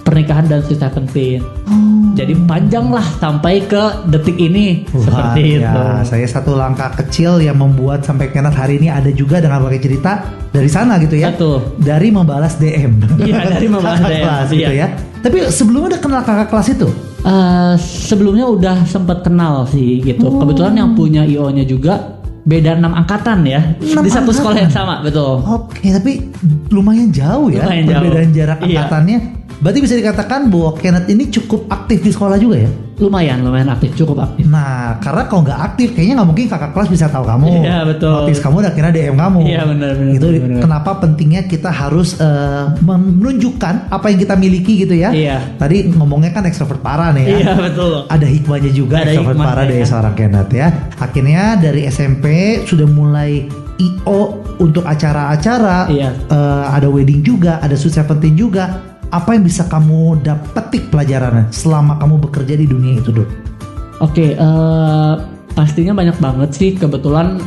pernikahan dan Sweet Seventeen. Jadi panjang lah sampai ke detik ini seperti itu. Saya satu langkah kecil yang membuat sampai Kenneth hari ini ada juga dengan berbagai cerita dari sana gitu ya. Betul. Dari membalas DM. Iya, dari membalas Kakak DM, kelas gitu iya. ya. Tapi sebelumnya udah kenal kakak kelas itu? Sebelumnya udah sempat kenal sih gitu. Kebetulan yang punya IO-nya juga beda 6 angkatan ya. 6 Di satu angkatan? sekolah yang sama, betul. Oke, tapi lumayan jauh ya Lumayan jauh. perbedaan jarak Iya. angkatannya. Berarti bisa dikatakan bahwa Kenneth ini cukup aktif di sekolah juga ya? Lumayan aktif, cukup aktif. Nah, karena kalau nggak aktif, kayaknya nggak mungkin kakak kelas bisa tahu kamu. Iya, betul. Notice kamu udah kira DM kamu. Iya, benar. Itu kenapa pentingnya kita harus menunjukkan apa yang kita miliki gitu ya. Iya. Tadi ngomongnya kan ekstrovert parah nih ya. Iya, betul. Ada hikmahnya juga Ada ekstrovert hikmahnya, parah dari ya. seorang Kenneth ya. Akhirnya dari SMP sudah mulai IO untuk acara-acara. Iya. Ada wedding juga, ada Sweet Seventeen juga. Apa yang bisa kamu petik pelajarannya selama kamu bekerja di dunia itu, Dok? Oke, pastinya banyak banget sih. Kebetulan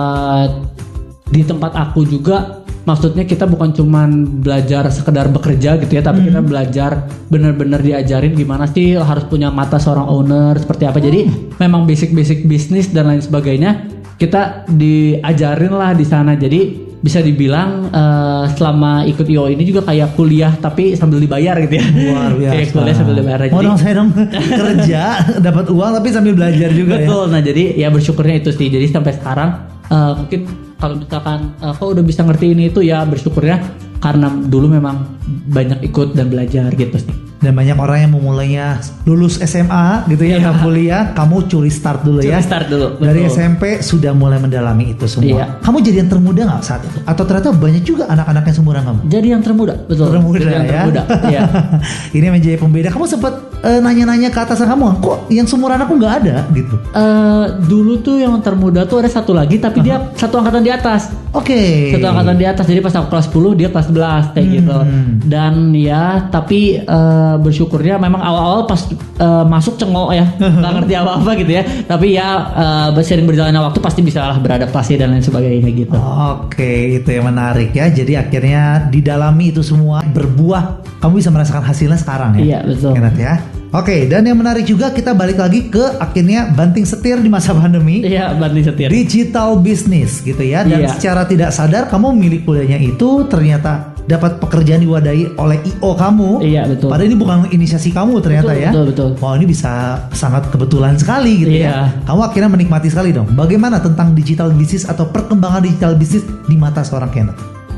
di tempat aku juga, maksudnya kita bukan cuman belajar sekedar bekerja gitu ya, tapi kita belajar benar-benar diajarin gimana sih harus punya mata seorang owner seperti apa. Jadi memang basic-basic bisnis dan lain sebagainya kita diajarin lah di sana. Jadi bisa dibilang selama ikut IO ini juga kayak kuliah tapi sambil dibayar gitu ya. Luar biasa. Kayak kuliah sambil dibayar. Mau dong saya dong kerja dapat uang tapi sambil belajar juga Betul. Nah jadi ya bersyukurnya itu sih. Jadi sampai sekarang mungkin kalau misalkan kok udah bisa ngerti ini itu ya bersyukurnya karena dulu memang banyak ikut dan belajar gitu sih. Dan banyak orang yang memulainya lulus SMA gitu ya, Iya. nggak kuliah, kamu curi start dulu ya. Curi start dulu, Dari betul. SMP sudah mulai mendalami itu semua. Iya. Kamu jadi yang termuda nggak saat itu? Atau ternyata banyak juga anak-anak yang seumuran kamu? Jadi yang termuda, betul. Termuda Jadi yang ya. termuda, iya. Ini menjadi pembeda. Kamu sempat nanya-nanya ke atasan kamu, kok yang seumuran aku nggak ada gitu? Dulu tuh yang termuda tuh ada satu lagi, tapi dia satu angkatan di atas. Oke. Satu angkatan di atas. Jadi pas aku kelas 10 dia kelas 11 kayak gitu. Dan ya tapi bersyukurnya memang awal-awal pas masuk cengok ya, nggak ngerti apa-apa gitu ya. Tapi ya sering berjalannya waktu pasti bisa lah beradaptasi dan lain sebagainya gitu. Oke, itu yang menarik ya. Jadi akhirnya didalami itu semua berbuah. Kamu bisa merasakan hasilnya sekarang ya. Iya, betul. Kenneth ya. Oke, dan yang menarik juga kita balik lagi ke akhirnya banting setir di masa pandemi. Iya, banting setir. Digital business gitu ya. Dan Iya. secara tidak sadar kamu milik kuliahnya itu ternyata dapat pekerjaan diwadahi oleh IO kamu. Iya, betul. Padahal ini bukan inisiasi kamu ternyata Betul, ya. betul. Wah, ini bisa sangat kebetulan sekali gitu Iya. ya. Kamu akhirnya menikmati sekali dong. Bagaimana tentang digital business atau perkembangan digital business di mata seorang Kenneth?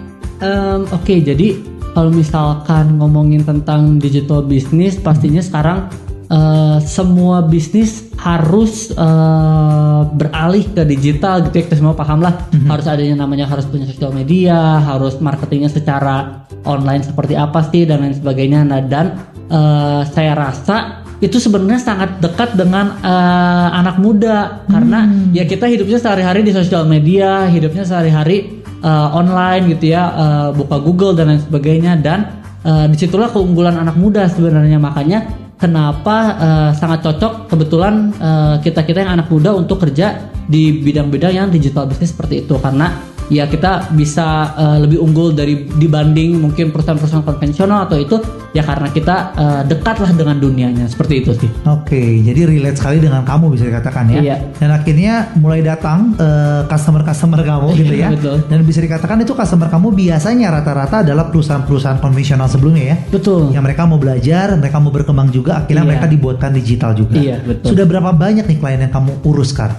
Oke, jadi kalau misalkan ngomongin tentang digital business, pastinya sekarang semua bisnis harus beralih ke digital gitu ya. Kita semua paham lah, harus adanya namanya harus punya sosial media, harus marketingnya secara online seperti apa sih dan lain sebagainya. Nah dan saya rasa itu sebenarnya sangat dekat dengan anak muda karena ya kita hidupnya sehari-hari di sosial media, hidupnya sehari-hari online gitu ya, buka Google dan lain sebagainya. Dan disitulah keunggulan anak muda sebenarnya. Makanya kenapa sangat cocok kebetulan kita-kita yang anak muda untuk kerja di bidang-bidang yang digital business seperti itu, karena ya kita bisa lebih unggul dibanding mungkin perusahaan-perusahaan konvensional atau itu ya karena kita dekatlah dengan dunianya seperti itu sih. Oke, jadi relate sekali dengan kamu bisa dikatakan ya. Iya. Dan akhirnya mulai datang customer-customer kamu gitu ya. Betul. Dan bisa dikatakan itu customer kamu biasanya rata-rata adalah perusahaan-perusahaan konvensional sebelumnya ya. Betul. Yang mereka mau belajar, mereka mau berkembang juga, akhirnya Iya. mereka dibuatkan digital juga. Iya, betul. Sudah berapa banyak nih klien yang kamu urus sekarang?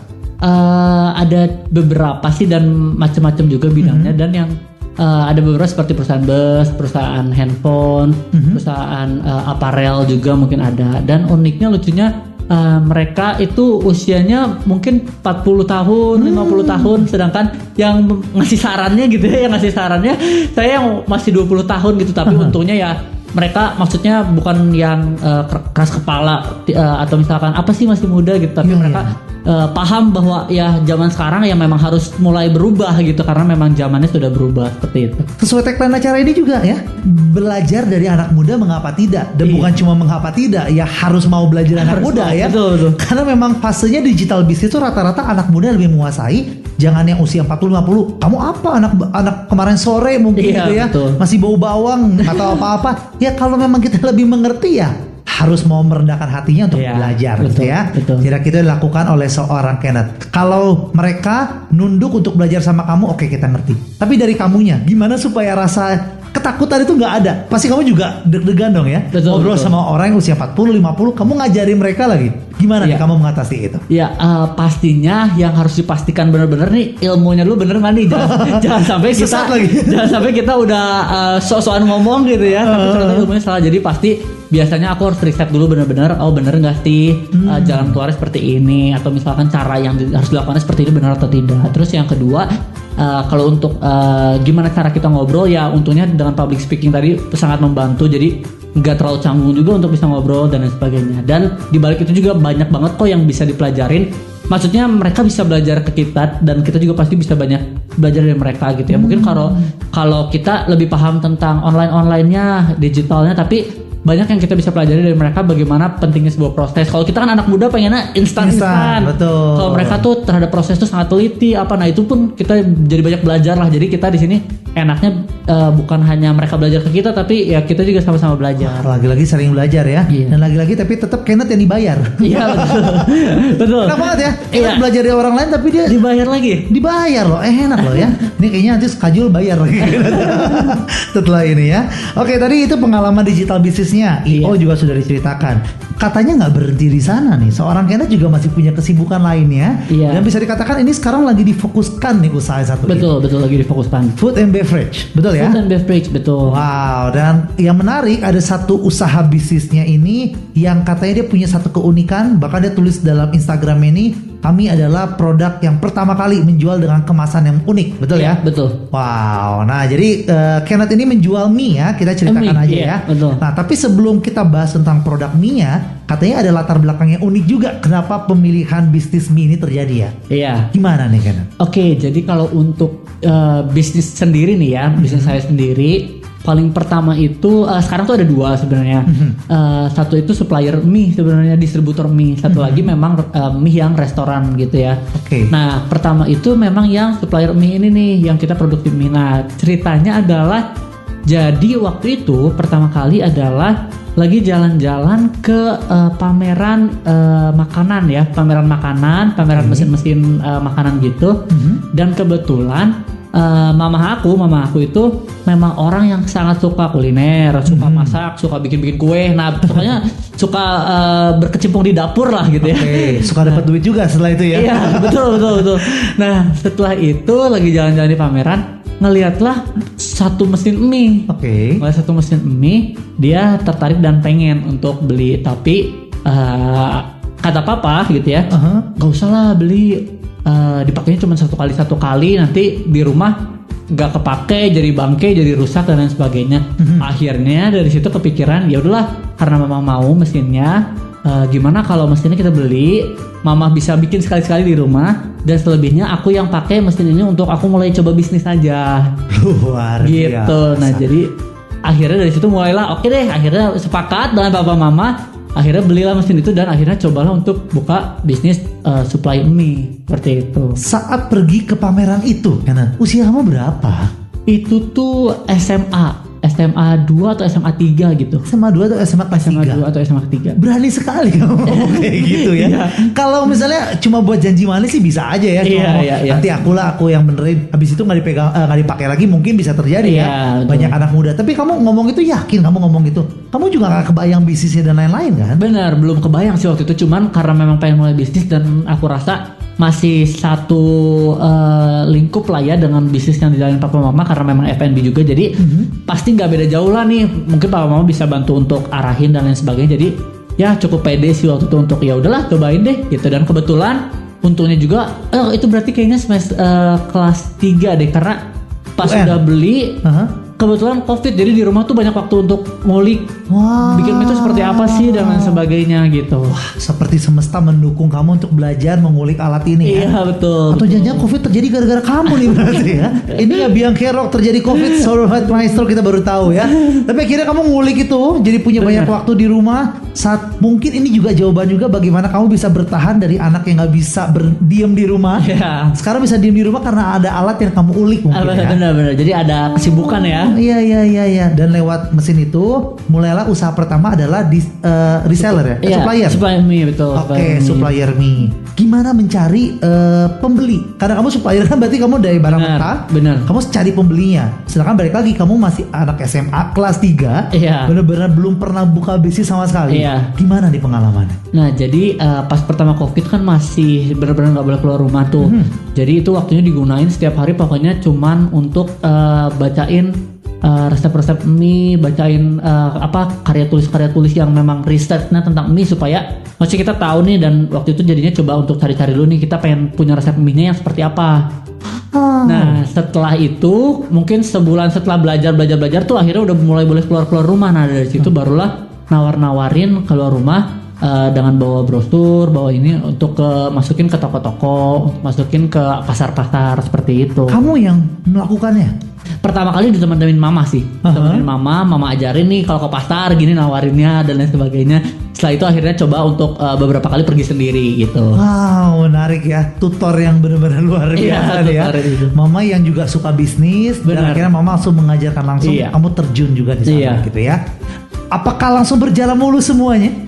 Ada beberapa sih dan macam-macam juga bidangnya. Dan yang ada beberapa seperti perusahaan bus, perusahaan handphone, perusahaan aparel juga mungkin ada. Dan uniknya lucunya mereka itu usianya mungkin 40 tahun, 50 tahun, sedangkan yang ngasih sarannya gitu ya, yang ngasih sarannya saya yang masih 20 tahun gitu. Tapi untungnya ya mereka maksudnya bukan yang keras kepala atau misalkan apa sih masih muda gitu, tapi mereka paham bahwa ya zaman sekarang ya memang harus mulai berubah gitu karena memang zamannya sudah berubah seperti itu. Sesuai tagline acara ini juga ya, belajar dari anak muda mengapa tidak, dan Iya. bukan cuma mengapa tidak, ya harus mau belajar anak Harus muda mau, ya. betul. Karena memang fasenya digital business itu rata-rata anak muda lebih menguasai. Jangan yang usia 40-50, kamu apa anak kemarin sore mungkin Iya, gitu ya. betul. Masih bau bawang atau apa-apa. Ya kalau memang kita lebih mengerti ya harus mau merendahkan hatinya untuk Iya, belajar betul, gitu ya. betul. Kira-kira itu dilakukan oleh seorang Kenneth. Kalau mereka nunduk untuk belajar sama kamu, oke kita ngerti. Tapi dari kamunya, gimana supaya rasa ketakutan itu nggak ada? Pasti kamu juga deg-degan dong ya. Betul, Ngobrol betul. sama orang yang usia 40-50, kamu ngajarin mereka lagi. Gimana nih Iya. kamu mengatasi itu? Ya pastinya yang harus dipastikan benar-benar nih ilmunya dulu bener nggak nih, jangan sampai kita Sesat lagi. jangan sampai kita udah sok-sokan ngomong gitu ya, tapi ternyata ilmunya salah. Jadi pasti biasanya aku harus riset dulu benar-benar, oh bener nggak sih jalan keluarnya seperti ini, atau misalkan cara yang harus dilakukan seperti ini benar atau tidak. Terus yang kedua, kalau untuk gimana cara kita ngobrol, ya untungnya dengan public speaking tadi sangat membantu. Jadi nggak terlalu canggung juga untuk bisa ngobrol dan lain sebagainya. Dan dibalik itu juga banyak banget kok yang bisa dipelajarin. Maksudnya mereka bisa belajar ke kita dan kita juga pasti bisa banyak belajar dari mereka gitu ya. Mungkin kalau kita lebih paham tentang online-onlinenya, digitalnya, tapi banyak yang kita bisa pelajari dari mereka bagaimana pentingnya sebuah proses. Kalau kita kan anak muda pengennya instan. Betul. Kalau mereka tuh terhadap proses tuh sangat teliti apa. Nah itu pun kita jadi banyak belajar lah. Jadi kita di sini enaknya bukan hanya mereka belajar ke kita, tapi ya kita juga sama-sama belajar. Lagi-lagi sering belajar ya. Iya. Dan lagi-lagi tapi tetap Kenneth yang dibayar. Iya betul. Betul. Enak banget ya. Kenneth Iya. belajar dari orang lain tapi dia Dibayar lagi. dibayar loh, enak loh ya. Ini kayaknya nanti Kajul bayar lagi setelah ini ya. Oke, tadi itu pengalaman digital bisnisnya. IO Iya. juga sudah diceritakan. Katanya nggak berhenti di sana nih. Seorang Kenneth juga masih punya kesibukan lainnya. Iya. Dan bisa dikatakan ini sekarang lagi difokuskan nih usaha satu ini. Betul lagi difokuskan. Food and beverage, betul ya? Food and beverage, betul. Wow, dan yang menarik ada satu usaha bisnisnya ini yang katanya dia punya satu keunikan, bahkan dia tulis dalam Instagram ini, kami adalah produk yang pertama kali menjual dengan kemasan yang unik, betul ya? Betul. Wow, nah jadi Kenneth ini menjual mie ya, kita ceritakan Mie, aja iya, ya. betul. Nah tapi sebelum kita bahas tentang produk mie-nya, katanya ada latar belakang yang unik juga, kenapa pemilihan bisnis mie ini terjadi ya? Iya. Gimana nih Kenneth? Oke, jadi kalau untuk bisnis sendiri nih ya, bisnis saya sendiri, paling pertama itu sekarang tuh ada dua sebenarnya. Satu itu supplier mie sebenarnya, distributor mie. Satu lagi memang mie yang restoran gitu ya. Oke. Nah, pertama itu memang yang supplier mie ini nih yang kita produksi mie. Nah, ceritanya adalah jadi waktu itu pertama kali adalah lagi jalan-jalan ke pameran makanan ya, pameran mesin-mesin makanan gitu. Dan kebetulan mama aku itu memang orang yang sangat suka kuliner, suka masak, suka bikin kue. Nah, pokoknya suka berkecimpung di dapur lah gitu ya. Oke, suka dapat duit juga setelah itu ya. Iya, betul. Nah, setelah itu lagi jalan-jalan di pameran, ngelihatlah satu mesin mie. Oke. Ngeliat satu mesin mie, dia tertarik dan pengen untuk beli, tapi kata papa gitu ya, gak usah lah beli. Dipakainya cuma satu kali nanti di rumah gak kepake, jadi bangke, jadi rusak dan lain sebagainya. Akhirnya dari situ kepikiran, ya udahlah, karena mama mau mesinnya, gimana kalau mesinnya kita beli, mama bisa bikin sekali-sekali di rumah, dan selebihnya aku yang pakai mesin ini untuk aku mulai coba bisnis aja. Luar Gitu. biasa. Nah jadi akhirnya dari situ mulailah, oke deh, akhirnya sepakat dengan papa mama. Akhirnya belilah mesin itu dan akhirnya cobalah untuk buka bisnis supply mie seperti itu. Saat pergi ke pameran itu, Kenneth, usia kamu berapa? Itu tuh SMA 2 atau SMA 3 gitu. SMA 2 atau SMA kelas SMA 2 3? atau SMA 3. Berani sekali kamu ngomong kayak gitu ya. Iya. Kalau misalnya cuma buat janji manis sih bisa aja ya. Cuma Iya, ngomong, iya. nanti aku yang benerin. Habis itu nggak dipakai lagi, mungkin bisa terjadi ya. Iya, betul. Banyak anak muda. Tapi kamu ngomong itu yakin kamu ngomong itu. Kamu juga nggak kebayang bisnisnya dan lain-lain kan? Benar, belum kebayang sih waktu itu, cuman karena memang pengen mulai bisnis dan aku rasa masih satu lingkup lah ya dengan bisnis yang dijalanin papa mama, karena memang F&B juga, jadi pasti nggak beda jauh lah nih. Mungkin papa mama bisa bantu untuk arahin dan lain sebagainya, jadi ya cukup pede sih waktu itu untuk ya udahlah cobain deh gitu. Dan kebetulan untungnya juga itu berarti kayaknya semester kelas 3 deh, karena pas UN. udah beli kebetulan COVID, jadi di rumah tuh banyak waktu untuk ngulik Wah. bikin mie itu seperti apa sih dan lain sebagainya gitu. Seperti semesta mendukung kamu untuk belajar mengulik alat ini ya. Iya betul. Atau jangan COVID terjadi gara-gara kamu nih berarti ya. Ini nggak biang kerok terjadi COVID, Sobat Maestro kita baru tahu ya. Tapi akhirnya kamu ngulik itu, jadi punya banyak waktu di rumah. Saat mungkin ini juga jawaban juga bagaimana kamu bisa bertahan dari anak yang nggak bisa berdiam di rumah. Iya. Sekarang bisa diam di rumah karena ada alat yang kamu ulik mungkin ya. Benar-benar. Jadi ada kesibukan ya. Iya. Dan lewat mesin itu mulailah usaha pertama adalah di reseller ya, Iya, supplier mie betul. Oke, supplier mie. Gimana mencari pembeli? Karena kamu supplier kan berarti kamu dari barang mentah. Benar. Kamu cari pembelinya. Sedangkan balik lagi kamu masih anak SMA kelas 3. Iya. Benar-benar belum pernah buka bisnis sama sekali. Iya. Gimana nih pengalamannya? Nah jadi pas pertama COVID kan masih benar-benar nggak boleh keluar rumah tuh. Jadi itu waktunya digunain setiap hari pokoknya cuman untuk bacain resep-resep mie, bacain karya tulis yang memang risetnya tentang mie supaya maksudnya kita tahu nih, dan waktu itu jadinya coba untuk cari-cari dulu nih kita pengen punya resep mie-nya yang seperti apa. Nah setelah itu mungkin sebulan setelah belajar tuh akhirnya udah mulai boleh keluar rumah. Nah dari situ barulah nawarin keluar rumah dengan bawa brosur, bawa ini untuk masukin ke toko-toko, masukin ke pasar-pasar seperti itu. Kamu yang melakukannya? Pertama kali ditemenin mama sih, temenin mama ajarin nih kalau ke pasar gini nawarinnya dan lain sebagainya. Setelah itu akhirnya coba untuk beberapa kali pergi sendiri gitu. Wow, menarik ya, tutor yang benar-benar luar biasa ya. Mama yang juga suka bisnis. Dan akhirnya mama langsung mengajarkan langsung, kamu terjun juga di sana gitu ya. Apakah langsung berjalan mulus semuanya?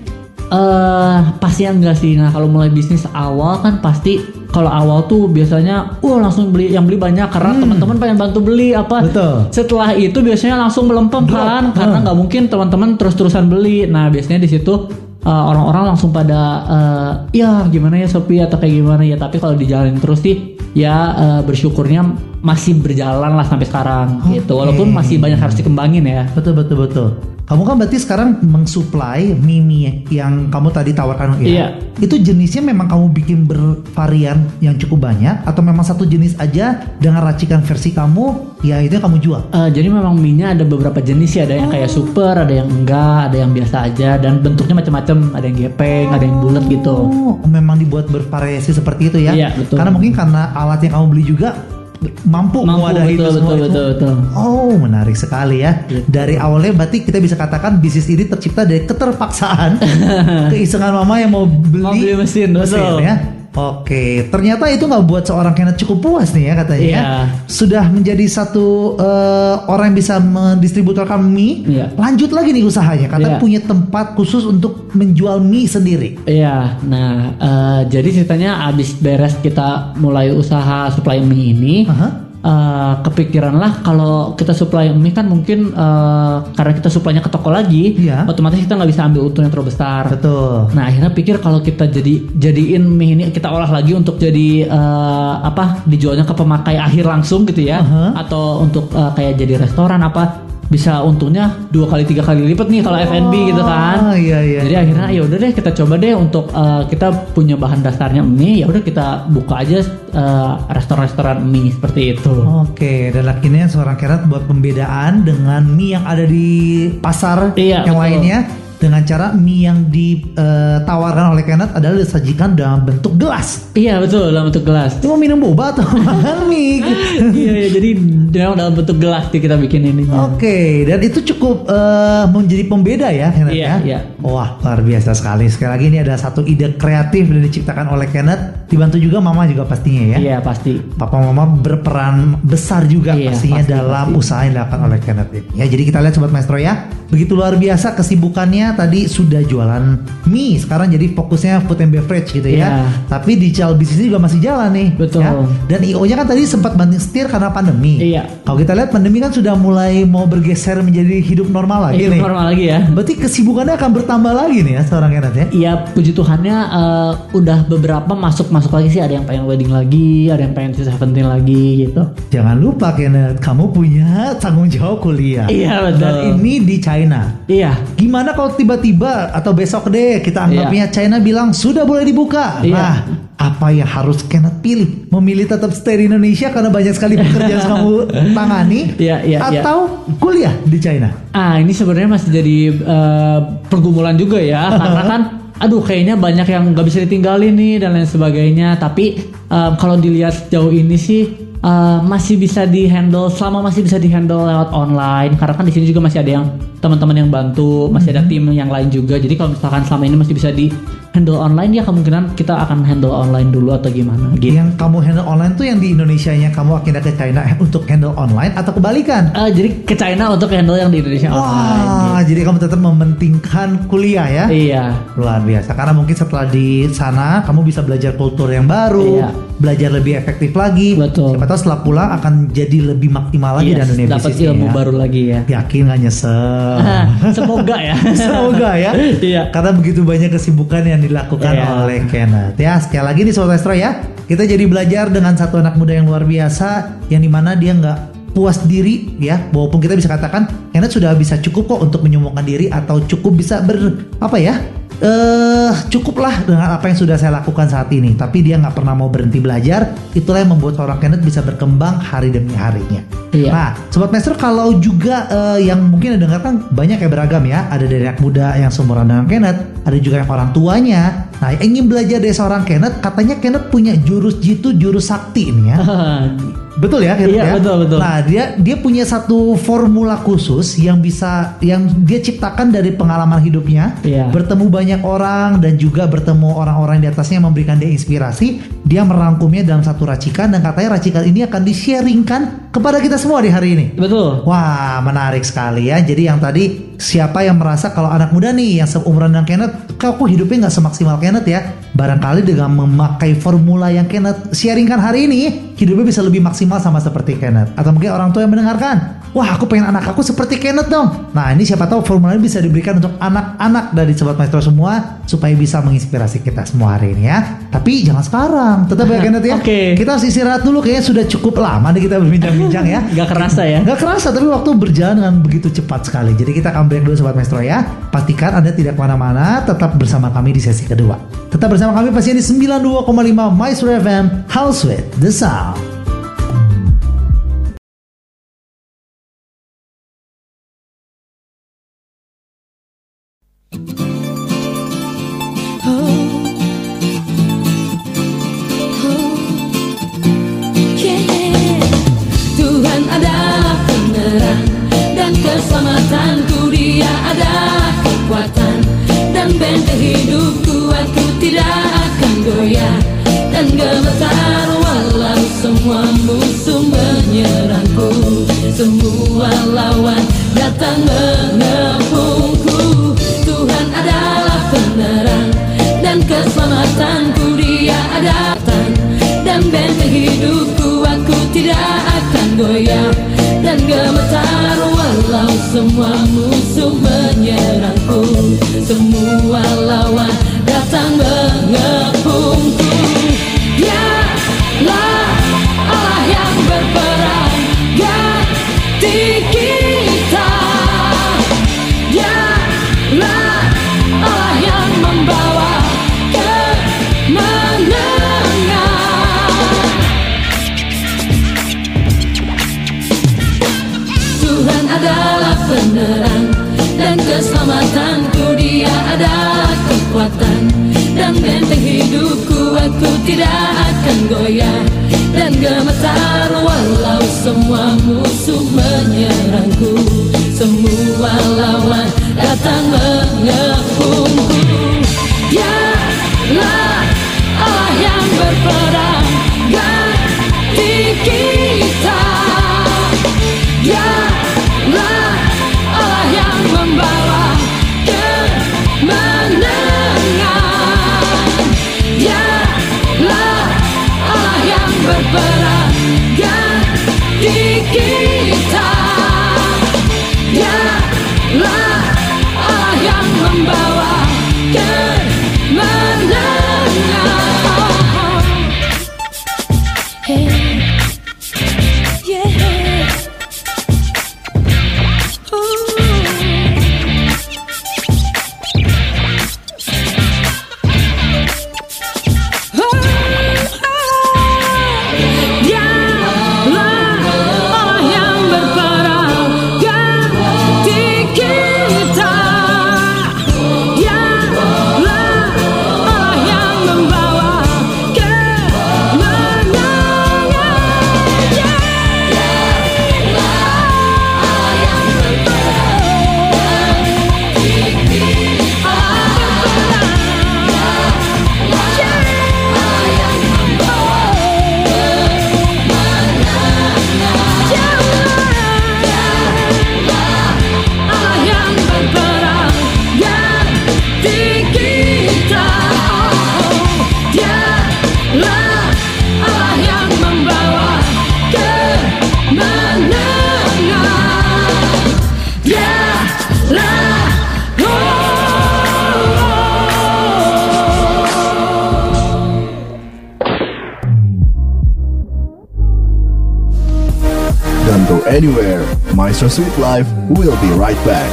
Pasti enggak sih. Nah kalau mulai bisnis awal kan pasti kalau awal tuh biasanya langsung beli banyak karena teman-teman pengen bantu beli apa. Betul. Setelah itu biasanya langsung melempem kan karena nggak mungkin teman-teman terus-terusan beli. Nah biasanya di situ orang-orang langsung pada ya gimana ya Shopee atau kayak gimana ya, tapi kalau dijalanin terus sih ya bersyukurnya masih berjalan lah sampai sekarang gitu, walaupun masih banyak harus dikembangin ya. Betul. Kamu kan berarti sekarang mensuplai mie yang kamu tadi tawarkan ya. Iya. Itu jenisnya memang kamu bikin bervarian yang cukup banyak atau memang satu jenis aja dengan racikan versi kamu ya itu yang kamu jual? Jadi memang mie-nya ada beberapa jenis ya, ada yang kayak super, ada yang enggak, ada yang biasa aja, dan bentuknya macam-macam, ada yang gepeng, ada yang bulat gitu. Memang dibuat bervariasi seperti itu ya. Iya, betul. Karena mungkin karena alat yang kamu beli juga mampu mewadahi itu semua. Betul. Oh, menarik sekali ya. Dari awalnya berarti kita bisa katakan bisnis ini tercipta dari keterpaksaan keisengan mama yang mau beli mesin ya. Oke, ternyata itu nggak buat seorang Kenneth cukup puas nih ya katanya. Iya. Sudah menjadi satu orang yang bisa mendistributorkan mie. Iya. Lanjut lagi nih usahanya. Katanya punya tempat khusus untuk menjual mie sendiri. Iya. Nah, jadi ceritanya abis beres kita mulai usaha supply mie ini. Kepikiran lah kalau kita supply mie kan mungkin karena kita supply-nya ke toko lagi, otomatis kita nggak bisa ambil untung yang terlalu besar. Betul. Nah akhirnya pikir kalau kita jadiin mie ini kita olah lagi untuk jadi dijualnya ke pemakai akhir langsung gitu ya, atau untuk kayak jadi restoran apa, bisa untungnya 2 kali 3 kali lipat nih kalau F&B gitu kan. Iya. Jadi akhirnya ya udah deh kita coba deh untuk kita punya bahan dasarnya mie, ya udah kita buka aja restoran mie seperti itu. Oke, dan akhirnya seorang Kenneth buat pembedaan dengan mie yang ada di pasar yang betul. lainnya. Dengan cara mie yang ditawarkan oleh Kenneth adalah disajikan dalam bentuk gelas. Iya betul, dalam bentuk gelas. Itu mau minum boba atau makan mie? Iya, jadi dalam bentuk gelas kita bikin ini. Oke, dan itu cukup menjadi pembeda ya Kenneth ya? Iya. Wah, luar biasa sekali. Sekali lagi ini ada satu ide kreatif yang diciptakan oleh Kenneth. Dibantu juga mama juga pastinya ya? Iya pasti. Papa mama berperan besar juga pastinya dalam usaha yang dilakukan oleh Kenneth ini. Ya, jadi kita lihat Sobat Maestro ya. Begitu luar biasa kesibukannya, tadi sudah jualan mie, sekarang jadi fokusnya food and beverage gitu ya. Tapi digital bisnisnya juga masih jalan nih. Betul. Ya? Dan IO-nya kan tadi sempat banting setir karena pandemi. Iya. Kalau kita lihat pandemi kan sudah mulai mau bergeser menjadi hidup normal lagi nih. Normal lagi ya. Berarti kesibukannya akan bertambah lagi nih ya seorang Kenneth ya. Iya, puji Tuhannya udah beberapa masuk lagi sih, ada yang pengen wedding lagi, ada yang pengen Seventeen lagi gitu. Jangan lupa Kenneth, kamu punya tanggung jawab kuliah. Iya betul. Dan ini di China China. Iya. Gimana kalau tiba-tiba atau besok deh kita anggapnya China bilang sudah boleh dibuka. Iya. Nah, apa yang harus Kenneth pilih? Memilih tetap stay di Indonesia karena banyak sekali pekerjaan yang kamu tangani, atau kuliah di China? Ini sebenarnya masih jadi pergumulan juga ya, karena kan aduh kayaknya banyak yang nggak bisa ditinggalin nih dan lain sebagainya. Tapi kalau dilihat sejauh ini sih masih bisa dihandle, selama masih bisa dihandle lewat online, karena kan di sini juga masih ada yang teman-teman yang bantu, masih ada tim yang lain juga. Jadi kalau misalkan selama ini masih bisa di handle online, ya kemungkinan kita akan handle online dulu atau gimana gitu. Yang kamu handle online tuh yang di Indonesianya kamu akhirnya ke China untuk handle online atau kebalikan? Jadi ke China untuk handle yang di Indonesia online. Wah, jadi kamu tetap mementingkan kuliah ya? Iya. Luar biasa. Karena mungkin setelah di sana kamu bisa belajar kultur yang baru, belajar lebih efektif lagi. Betul. Siapa tahu setelah pulang akan jadi lebih maksimal lagi dan dunia dapat bisnisnya. ilmu baru lagi ya. Yakin gak nyesel? Semoga ya. Semoga ya. Iya. Karena begitu banyak kesibukan yang dilakukan oleh Kenneth. Ya, sekali lagi nih Sobat Maestro ya, kita jadi belajar dengan satu anak muda yang luar biasa, yang dimana dia nggak puas diri ya, walaupun kita bisa katakan Kenneth sudah bisa cukup kok untuk menyembuhkan diri atau cukup bisa cukuplah dengan apa yang sudah saya lakukan saat ini. Tapi dia nggak pernah mau berhenti belajar. Itulah yang membuat seorang Kenneth bisa berkembang hari demi harinya. Iya. Nah, Sobat Maestro, kalau juga yang mungkin dengar kan banyak ya, beragam ya. Ada dari anak muda yang seumuran dengan Kenneth, ada juga yang orang tuanya. Nah, yang ingin belajar dari seorang Kenneth, katanya Kenneth punya jurus jitu, jurus sakti ini ya. Betul ya, Kenneth ya? Betul. Nah, dia punya satu formula khusus yang dia ciptakan dari pengalaman hidupnya, bertemu banyak orang dan juga bertemu orang-orang di atasnya yang memberikan dia inspirasi. Dia merangkumnya dalam satu racikan dan katanya racikan ini akan di-sharingkan kepada kita semua di hari ini. Betul. Wah, menarik sekali ya. Jadi yang tadi, siapa yang merasa kalau anak muda nih yang seumuran dengan Kenneth, kok hidupnya nggak semaksimal Kenneth ya? Barangkali dengan memakai formula yang Kenneth sharingkan hari ini, hidupnya bisa lebih maksimal sama seperti Kenneth. Atau mungkin orang tua yang mendengarkan, wah aku pengen anak aku seperti Kenneth dong. Nah, ini siapa tahu formula ini bisa diberikan untuk anak-anak dari Sobat Maestro semua, supaya bisa menginspirasi kita semua hari ini ya. Tapi jangan sekarang, tetap ya Kenneth ya. Oke. Kita harus istirahat dulu, kayaknya sudah cukup lama nih kita berbincang-bincang ya. Gak kerasa ya? Gak kerasa, tapi waktu berjalan dengan begitu cepat sekali. Jadi kita akan break dulu Sobat Maestro ya. Pastikan Anda tidak kemana-mana, tetap bersama kami di sesi kedua. Tetap bersama kami pastinya di 92,5 Maestro FM, House with the Sound. Tuhan adalah penerang dan keselamatanku, Dia adalah kekuatan dan benteng hidupku. Aku tidak akan goyah dan gemetar walau semua musuh menyerangku, semua lawan datang mengepungku. Tuhan adalah penerang dan keselamatanku, Dia adalah dan benteng hidupku. Aku tidak akan goyah dan gemetar walau semua musuh menyerangku, semua lawan datang mengepungku. Dialah Allah yang berperang ganti kita. Dialah Allah yang membawa kemenangan. Tuhan adalah penerang dan keselamatanku, Dia adalah kekuatan dan benteng hidupku. Aku tidak akan goyah dan gemetar walau semua musuh menyerangku, semua lawan datang mengepungku. Dialah Allah yang berperang ganti kita. Dialah Allah yang membawa kemenangan. Dialah Allah yang berperang ganti kita. Dialah Allah yang membawa kemenangan. Hey, yeah. Ooh. Allah yang membawa kemenangan. Dialah Don't go anywhere. Maestro Sweet Life will be right back.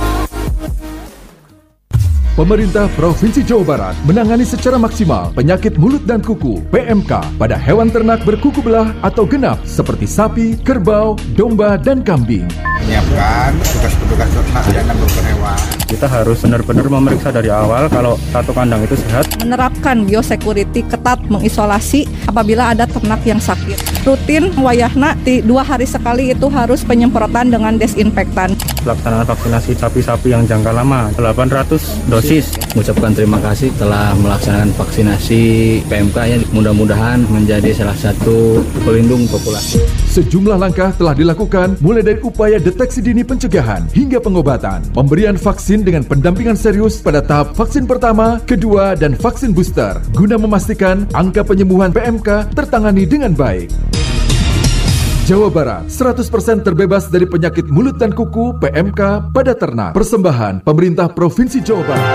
Pemerintah Provinsi Jawa Barat menangani secara maksimal penyakit mulut dan kuku (PMK) pada hewan ternak berkuku belah atau genap seperti sapi, kerbau, domba, dan kambing. Menyiapkan petugas-petugas ternak dan dokter hewan. Kita harus benar-benar memeriksa dari awal kalau satu kandang itu sehat. Menerapkan biosecurity ketat, mengisolasi apabila ada ternak yang sakit. Rutin wayahna 2 hari sekali itu harus penyemprotan dengan desinfektan. Pelaksanaan vaksinasi sapi-sapi yang jangka lama 800 dosis. Mengucapkan terima kasih telah melaksanakan vaksinasi PMK ya. Mudah-mudahan menjadi salah satu pelindung populasi. Sejumlah langkah telah dilakukan mulai dari upaya deteksi dini pencegahan hingga pengobatan, pemberian vaksin dengan pendampingan serius pada tahap vaksin pertama, kedua, dan vaksin booster guna memastikan angka penyembuhan PMK tertangani dengan baik. Jawa Barat 100% terbebas dari penyakit mulut dan kuku PMK pada ternak. Persembahan Pemerintah Provinsi Jawa Barat.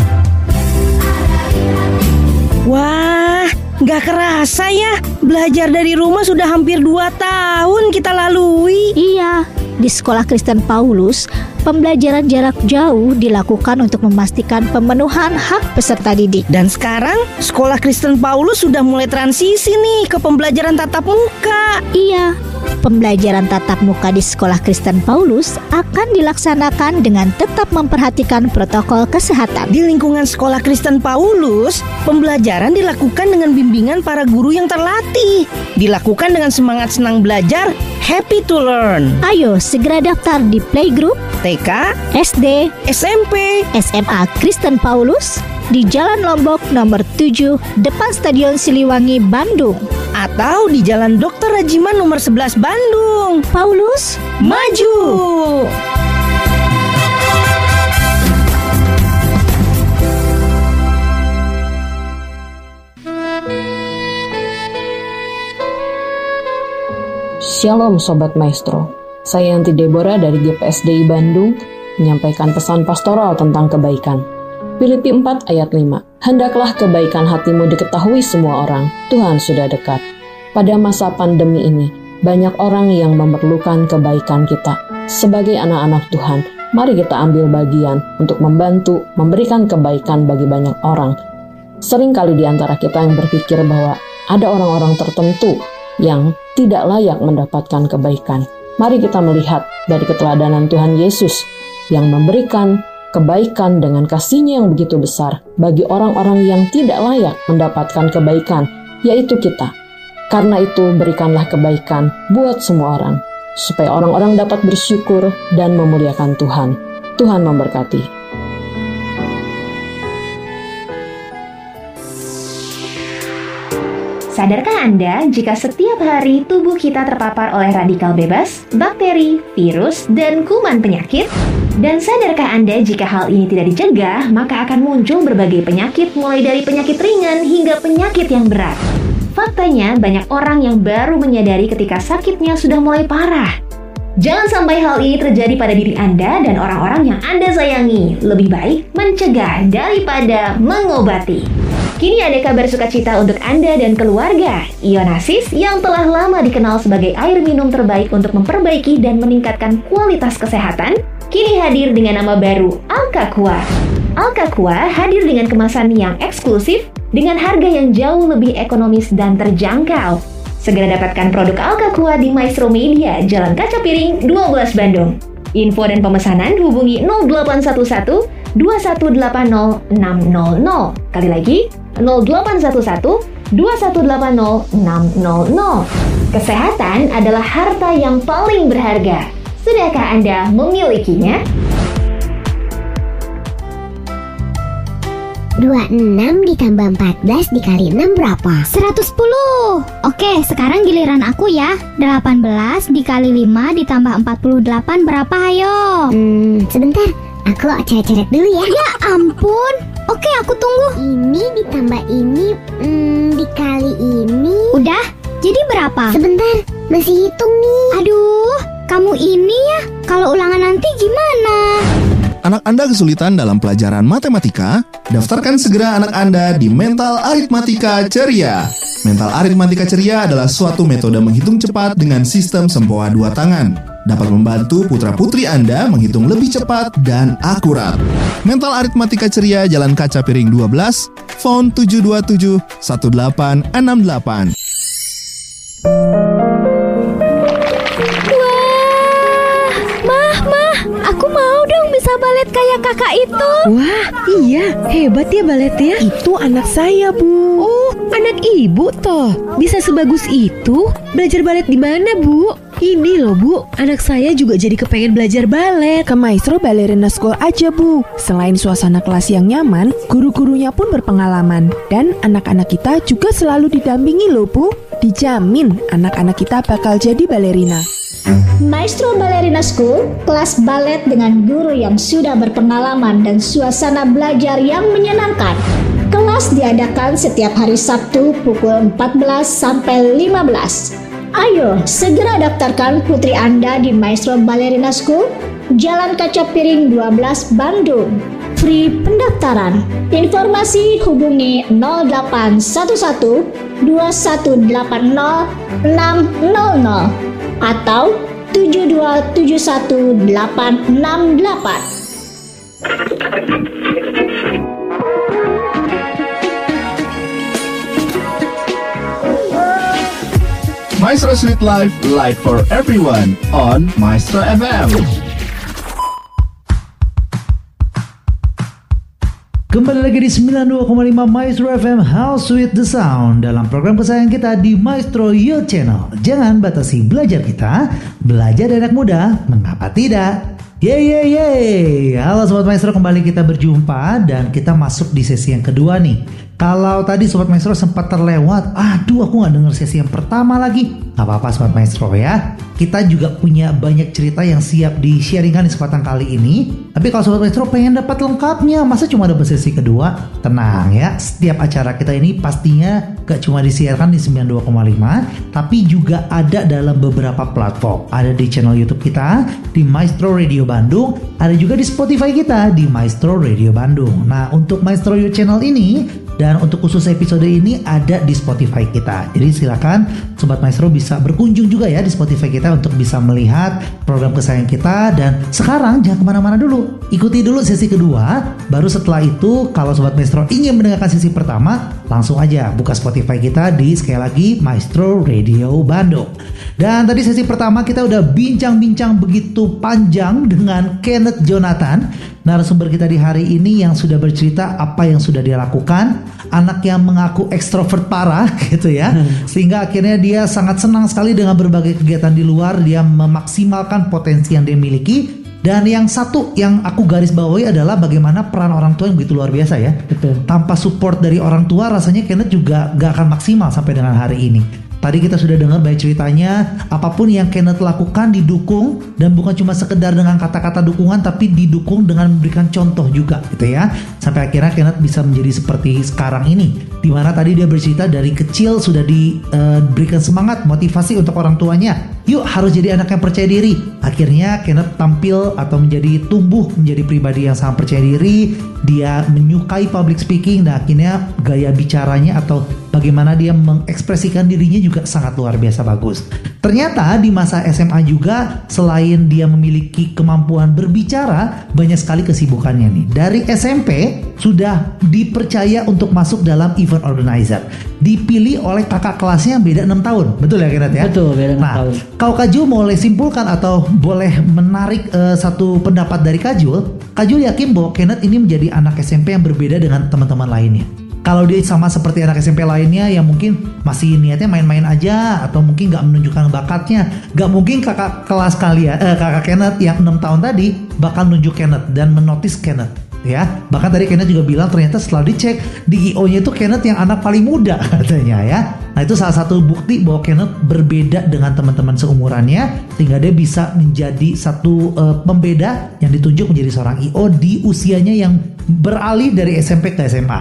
Wah, nggak kerasa ya, belajar dari rumah sudah hampir 2 tahun kita lalui. Iya, di Sekolah Kristen Paulus, pembelajaran jarak jauh dilakukan untuk memastikan pemenuhan hak peserta didik. Dan sekarang, Sekolah Kristen Paulus sudah mulai transisi nih ke pembelajaran tatap muka. Iya, pembelajaran tatap muka di Sekolah Kristen Paulus akan dilaksanakan dengan tetap memperhatikan protokol kesehatan. Di lingkungan Sekolah Kristen Paulus, pembelajaran dilakukan dengan bimbingan para guru yang terlatih. Dilakukan dengan semangat senang belajar, happy to learn. Ayo segera daftar di playgroup TK, SD, SMP, SMA Kristen Paulus di Jalan Lombok nomor 7 depan Stadion Siliwangi, Bandung. Atau di Jalan Dr. Rajiman nomor 11 Bandung. Paulus, maju! Shalom Sobat Maestro, saya Yanti Deborah dari GPSDI Bandung menyampaikan pesan pastoral tentang kebaikan. Filipi 4 ayat 5, hendaklah kebaikan hatimu diketahui semua orang, Tuhan sudah dekat. Pada masa pandemi ini, banyak orang yang memerlukan kebaikan kita. Sebagai anak-anak Tuhan, mari kita ambil bagian untuk membantu, memberikan kebaikan bagi banyak orang. Seringkali di antara kita yang berpikir bahwa ada orang-orang tertentu yang tidak layak mendapatkan kebaikan. Mari kita melihat dari keteladanan Tuhan Yesus yang memberikan kebaikan dengan kasih-Nya yang begitu besar bagi orang-orang yang tidak layak mendapatkan kebaikan, yaitu kita. Karena itu berikanlah kebaikan buat semua orang, supaya orang-orang dapat bersyukur dan memuliakan Tuhan. Tuhan memberkati. Sadarkah Anda jika setiap hari tubuh kita terpapar oleh radikal bebas, bakteri, virus, dan kuman penyakit? Dan sadarkah Anda jika hal ini tidak dicegah, maka akan muncul berbagai penyakit mulai dari penyakit ringan hingga penyakit yang berat. Faktanya, banyak orang yang baru menyadari ketika sakitnya sudah mulai parah. Jangan sampai hal ini terjadi pada diri Anda dan orang-orang yang Anda sayangi. Lebih baik mencegah daripada mengobati. Kini ada kabar sukacita untuk Anda dan keluarga. Ionasis yang telah lama dikenal sebagai air minum terbaik untuk memperbaiki dan meningkatkan kualitas kesehatan, kini hadir dengan nama baru, Alka-Qua. Alka-Qua hadir dengan kemasan yang eksklusif dengan harga yang jauh lebih ekonomis dan terjangkau. Segera dapatkan produk Alka-Qua di Maestro Media, Jalan Kaca Piring, 12 Bandung. Info dan pemesanan hubungi 0811 2180 600. Kali lagi, 0811 2180 600. Kesehatan adalah harta yang paling berharga. Sudahkah Anda memilikinya? 26 ditambah 14 dikali 6 berapa? 110. Oke, sekarang giliran aku ya. 18 dikali 5 ditambah 48 berapa, ayo? Sebentar, aku coret-coret dulu ya. Ya ampun. Oke, aku tunggu. Ini ditambah ini dikali berapa? Sebentar, masih hitung nih. Aduh, kamu ini ya, kalau ulangan nanti gimana? Anak Anda kesulitan dalam pelajaran matematika? Daftarkan segera anak Anda di Mental Aritmatika Ceria. Mental Aritmatika Ceria adalah suatu metode menghitung cepat dengan sistem sempoa 2 tangan. Dapat membantu putra-putri Anda menghitung lebih cepat dan akurat. Mental Aritmatika Ceria, Jalan Kaca Piring 12, phone 727 1868. Aku mau dong bisa balet kayak kakak itu. Wah, iya, hebat ya baletnya. Itu anak saya, Bu. Oh, anak ibu toh. Bisa sebagus itu? Belajar balet di mana, Bu? Ini loh, Bu. Anak saya juga jadi kepengen belajar balet. Ke Maestro Ballerina School aja, Bu. Selain suasana kelas yang nyaman, guru-gurunya pun berpengalaman. Dan anak-anak kita juga selalu didampingi loh, Bu. Dijamin anak-anak kita bakal jadi balerina. Maestro Ballerina School, kelas balet dengan guru yang sudah berpengalaman dan suasana belajar yang menyenangkan. Kelas diadakan setiap hari Sabtu pukul 14 sampai 15. Ayo, segera daftarkan putri Anda di Maestro Ballerina School, Jalan Kaca Piring 12, Bandung. Free pendaftaran. Informasi hubungi 0811 2180 600 atau 7271868. Maestro Sweet Life, life for everyone on Maestro FM. Kembali lagi di 92,5 Maestro FM, How Sweet the Sound, dalam program kesayangan kita di Maestro Youth Channel. Jangan batasi belajar kita, belajar dari anak muda, mengapa tidak? Yeay. Halo Sobat Maestro, kembali kita berjumpa dan kita masuk di sesi yang kedua nih. Kalau tadi Sobat Maestro sempat terlewat, aduh aku gak denger sesi yang pertama lagi. Gak apa-apa Sobat Maestro ya, kita juga punya banyak cerita yang siap di-sharingkan di kesempatan kali ini. Tapi kalau Sobat Maestro pengen dapat lengkapnya, masa cuma dapat sesi kedua? Tenang ya, setiap acara kita ini pastinya gak cuma disiarkan di 92,5, tapi juga ada dalam beberapa platform. Ada di channel YouTube kita, di Maestro Radio Bandung, ada juga di Spotify kita, di Maestro Radio Bandung. Nah, untuk Maestro Youth Channel ini, dan untuk khusus episode ini ada di Spotify kita. Jadi silakan Sobat Maestro bisa berkunjung juga ya di Spotify kita untuk bisa melihat program kesayangan kita. Dan sekarang jangan kemana-mana dulu, ikuti dulu sesi kedua. Baru setelah itu kalau Sobat Maestro ingin mendengarkan sesi pertama, langsung aja buka Spotify kita di, sekali lagi, Maestro Radio Bandung. Dan tadi sesi pertama kita udah bincang-bincang begitu panjang dengan Kenneth Jonathan, narasumber kita di hari ini, yang sudah bercerita apa yang sudah dia lakukan. Anak yang mengaku ekstrovert parah gitu ya, sehingga akhirnya dia sangat senang sekali dengan berbagai kegiatan di luar. Dia memaksimalkan potensi yang dia miliki. Dan yang satu yang aku garis bawahi adalah bagaimana peran orang tua yang begitu luar biasa ya. Betul. Tanpa support dari orang tua, rasanya Kenneth juga gak akan maksimal sampai dengan hari ini. Tadi kita sudah dengar banyak ceritanya, apapun yang Kenneth lakukan didukung, dan bukan cuma sekedar dengan kata-kata dukungan, tapi didukung dengan memberikan contoh juga gitu ya. Sampai akhirnya Kenneth bisa menjadi seperti sekarang ini, dimana tadi dia bercerita dari kecil sudah diberikan semangat, motivasi untuk orang tuanya. Yuk harus jadi anak yang percaya diri. Akhirnya Kenneth tampil atau tumbuh menjadi pribadi yang sangat percaya diri. Dia menyukai public speaking dan akhirnya gaya bicaranya atau bagaimana dia mengekspresikan dirinya juga sangat luar biasa bagus. Ternyata di masa SMA juga, selain dia memiliki kemampuan berbicara, banyak sekali kesibukannya nih. Dari SMP sudah dipercaya untuk masuk dalam event organizer. Dipilih oleh kakak kelasnya yang beda 6 tahun. Betul ya Kenneth ya? Betul, beda 6 tahun. Kalau Kak Jul boleh simpulkan atau boleh menarik satu pendapat dari Kak Jul yakin bahwa Kenneth ini menjadi anak SMP yang berbeda dengan teman-teman lainnya. Kalau dia sama seperti anak SMP lainnya yang mungkin masih niatnya main-main aja, atau mungkin gak menunjukkan bakatnya, gak mungkin kakak kelas kalian, kakak Kenneth yang 6 tahun tadi bakal nunjuk Kenneth dan menotis Kenneth ya. Bahkan tadi Kenneth juga bilang ternyata setelah dicek di IO-nya itu Kenneth yang anak paling muda katanya ya. Nah itu salah satu bukti bahwa Kenneth berbeda dengan teman-teman seumurannya, sehingga dia bisa menjadi satu pembeda yang ditunjuk menjadi seorang IO di usianya yang beralih dari SMP ke SMA.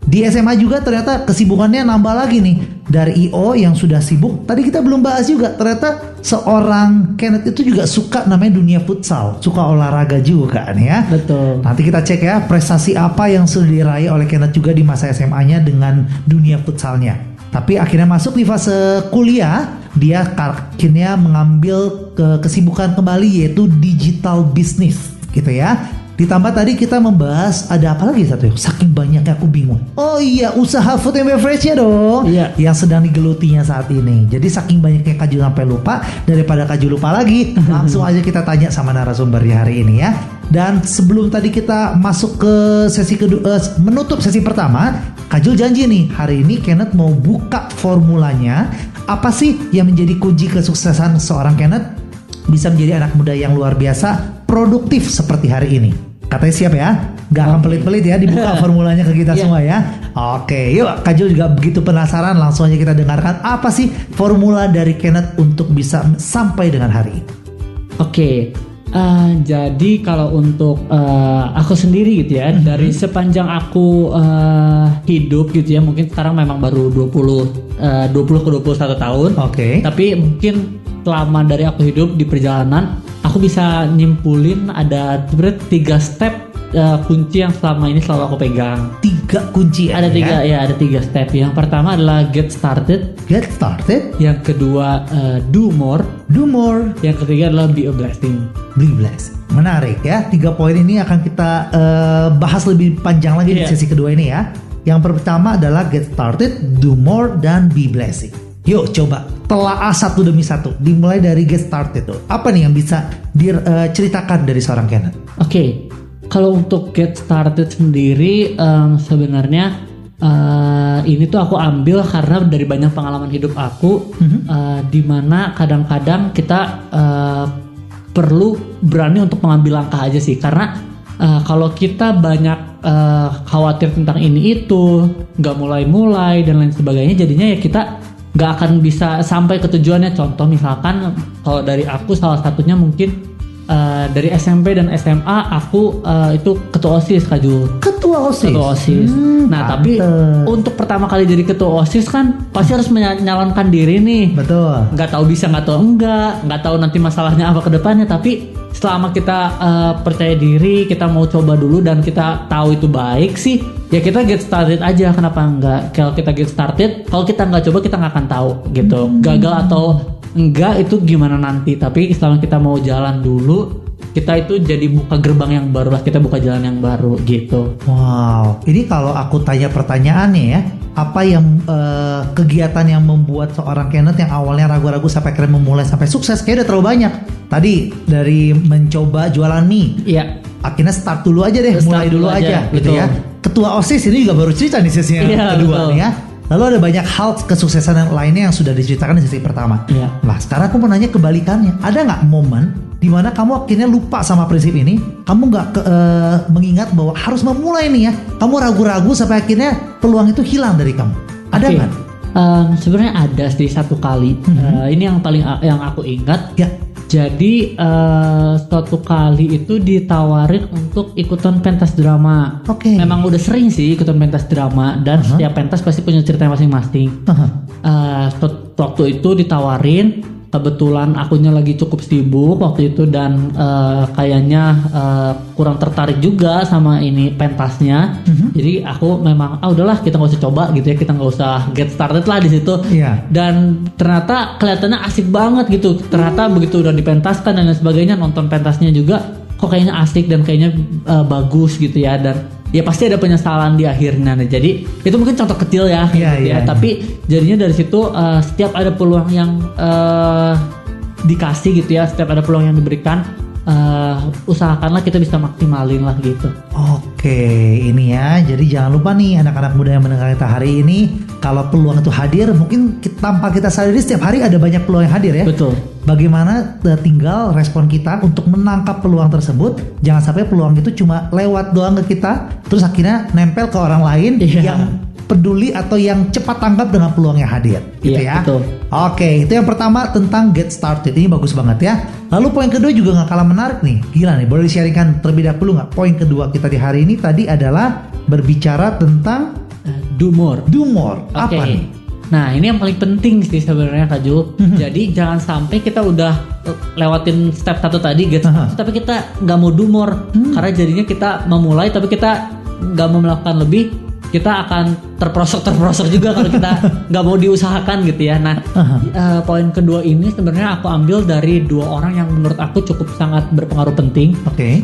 Di SMA juga ternyata kesibukannya nambah lagi nih. Dari IO yang sudah sibuk, tadi kita belum bahas juga, ternyata seorang Kenneth itu juga suka namanya dunia futsal, suka olahraga juga kan ya. Betul. Nanti kita cek ya prestasi apa yang sudah diraih oleh Kenneth juga di masa SMA-nya dengan dunia futsalnya. Tapi akhirnya masuk di fase kuliah, dia akhirnya mengambil kesibukan kembali yaitu digital business gitu ya. Ditambah tadi kita membahas ada apa lagi satu? Saking banyaknya aku bingung. Oh iya, usaha food and beverage-nya dong. Iya. Yang sedang digelutinya saat ini. Jadi saking banyaknya Kak Jul sampai lupa, daripada Kak Jul lupa lagi, langsung aja kita tanya sama narasumbernya hari ini ya. Dan sebelum tadi kita masuk ke sesi kedua, menutup sesi pertama, Kak Jul janji nih, hari ini Kenneth mau buka formulanya. Apa sih yang menjadi kunci kesuksesan seorang Kenneth bisa menjadi anak muda yang luar biasa, produktif seperti hari ini? Katanya siap ya, gak akan pelit-pelit ya, dibuka formulanya ke kita semua ya. Oke, yuk Kak Jul juga begitu penasaran, langsung aja kita dengarkan apa sih formula dari Kenneth untuk bisa sampai dengan hari ini. Oke, jadi kalau untuk aku sendiri gitu ya, dari sepanjang aku hidup gitu ya, mungkin sekarang memang baru 20 ke 21 tahun. Oke. Tapi mungkin selama dari aku hidup di perjalanan, aku bisa nyimpulin ada sebenarnya 3 step kunci yang selama ini selalu aku pegang. 3 kunci ada 3 ya, ada 3 step. Yang pertama adalah get started. Get started. Yang kedua do more. Do more. Yang ketiga adalah be a blessing. Be blessed. Menarik ya. 3 poin ini akan kita bahas lebih panjang lagi di sesi kedua ini ya. Yang pertama adalah get started, do more, dan be blessing. Yuk coba telaah satu demi satu. Dimulai dari get started tuh. Apa nih yang bisa diceritakan dari seorang Kenneth? Oke. Kalau untuk get started sendiri sebenarnya ini tuh aku ambil karena dari banyak pengalaman hidup aku, di mana kadang-kadang kita perlu berani untuk mengambil langkah aja sih. Karena kalau kita banyak khawatir tentang ini itu, nggak mulai-mulai dan lain sebagainya, jadinya ya kita nggak akan bisa sampai ke tujuannya. Contoh misalkan kalau dari aku salah satunya mungkin dari SMP dan SMA aku itu ketua OSIS, Kak Jul. Ketua OSIS. Nah tapi untuk pertama kali jadi ketua OSIS kan pasti harus menyalonkan diri nih. Betul. Nggak tahu bisa nggak tahu nggak tahu nanti masalahnya apa ke depannya. Tapi selama kita percaya diri, kita mau coba dulu dan kita tahu itu baik sih, ya kita get started aja. Kenapa enggak? Kalau kita get started, kalau kita nggak coba kita nggak akan tahu gitu. Gagal atau enggak itu gimana nanti. Tapi selama kita mau jalan dulu, kita itu jadi buka gerbang yang baru lah, kita buka jalan yang baru gitu. Wow, ini kalau aku tanya pertanyaannya ya, apa yang kegiatan yang membuat seorang Kenneth yang awalnya ragu-ragu sampai akhirnya memulai sampai sukses, kayaknya udah terlalu banyak. Tadi dari mencoba jualan mie, akhirnya start dulu aja deh, mulai dulu aja gitu ya. Ketua OSIS ini juga baru cerita di sesi yang kedua nih ya. Lalu ada banyak hal kesuksesan yang lainnya yang sudah diceritakan di sesi pertama. Nah sekarang aku mau nanya kebalikannya, ada nggak momen dimana kamu akhirnya lupa sama prinsip ini, kamu nggak mengingat bahwa harus memulai nih ya, kamu ragu-ragu sampai akhirnya peluang itu hilang dari kamu? Ada nggak? Sebenarnya ada sih satu kali. Ini yang paling yang aku ingat. Ya. Jadi suatu kali itu ditawarin untuk ikutan pentas drama. Memang udah sering sih ikutan pentas drama dan setiap pentas pasti punya cerita masing-masing. Waktu itu ditawarin, kebetulan akunya lagi cukup sibuk waktu itu dan kayaknya kurang tertarik juga sama ini pentasnya. Jadi aku memang udahlah kita nggak usah coba gitu ya, kita nggak usah get started lah di situ. Dan ternyata kelihatannya asik banget gitu. Ternyata begitu udah dipentaskan dan lain sebagainya, nonton pentasnya juga kok kayaknya asik dan kayaknya bagus gitu ya. Dan ya pasti ada penyesalan di akhirnya. Nah, jadi itu mungkin contoh kecil ya, tapi jadinya dari situ setiap ada peluang yang dikasih gitu ya, setiap ada peluang yang diberikan, usahakanlah kita bisa maksimalin lah gitu. Oke, ini ya. Jadi jangan lupa nih anak-anak muda yang mendengar kita hari ini, kalau peluang itu hadir, mungkin tanpa kita sadari setiap hari ada banyak peluang yang hadir ya. Betul. Bagaimana tinggal respon kita untuk menangkap peluang tersebut. Jangan sampai peluang itu cuma lewat doang ke kita, terus akhirnya nempel ke orang lain yang peduli atau yang cepat tanggap dengan peluang yang hadir, gitu ya. Betul. Oke, itu yang pertama tentang get started. Ini bagus banget ya. Lalu poin kedua juga gak kalah menarik nih. Gila nih, boleh di-sharingkan terlebih dahulu gak? Poin kedua kita di hari ini tadi adalah berbicara tentang do more. Do more. Oke. Apa nih? Nah ini yang paling penting sih sebenarnya Kak Ju. Jadi jangan sampai kita udah lewatin step 1 tadi get started, tapi kita nggak mau do more. Karena jadinya kita memulai tapi kita nggak mau melakukan lebih, kita akan terperosok juga kalau kita nggak mau diusahakan gitu ya. Nah poin kedua ini sebenarnya aku ambil dari 2 orang yang menurut aku cukup sangat berpengaruh penting. Oke.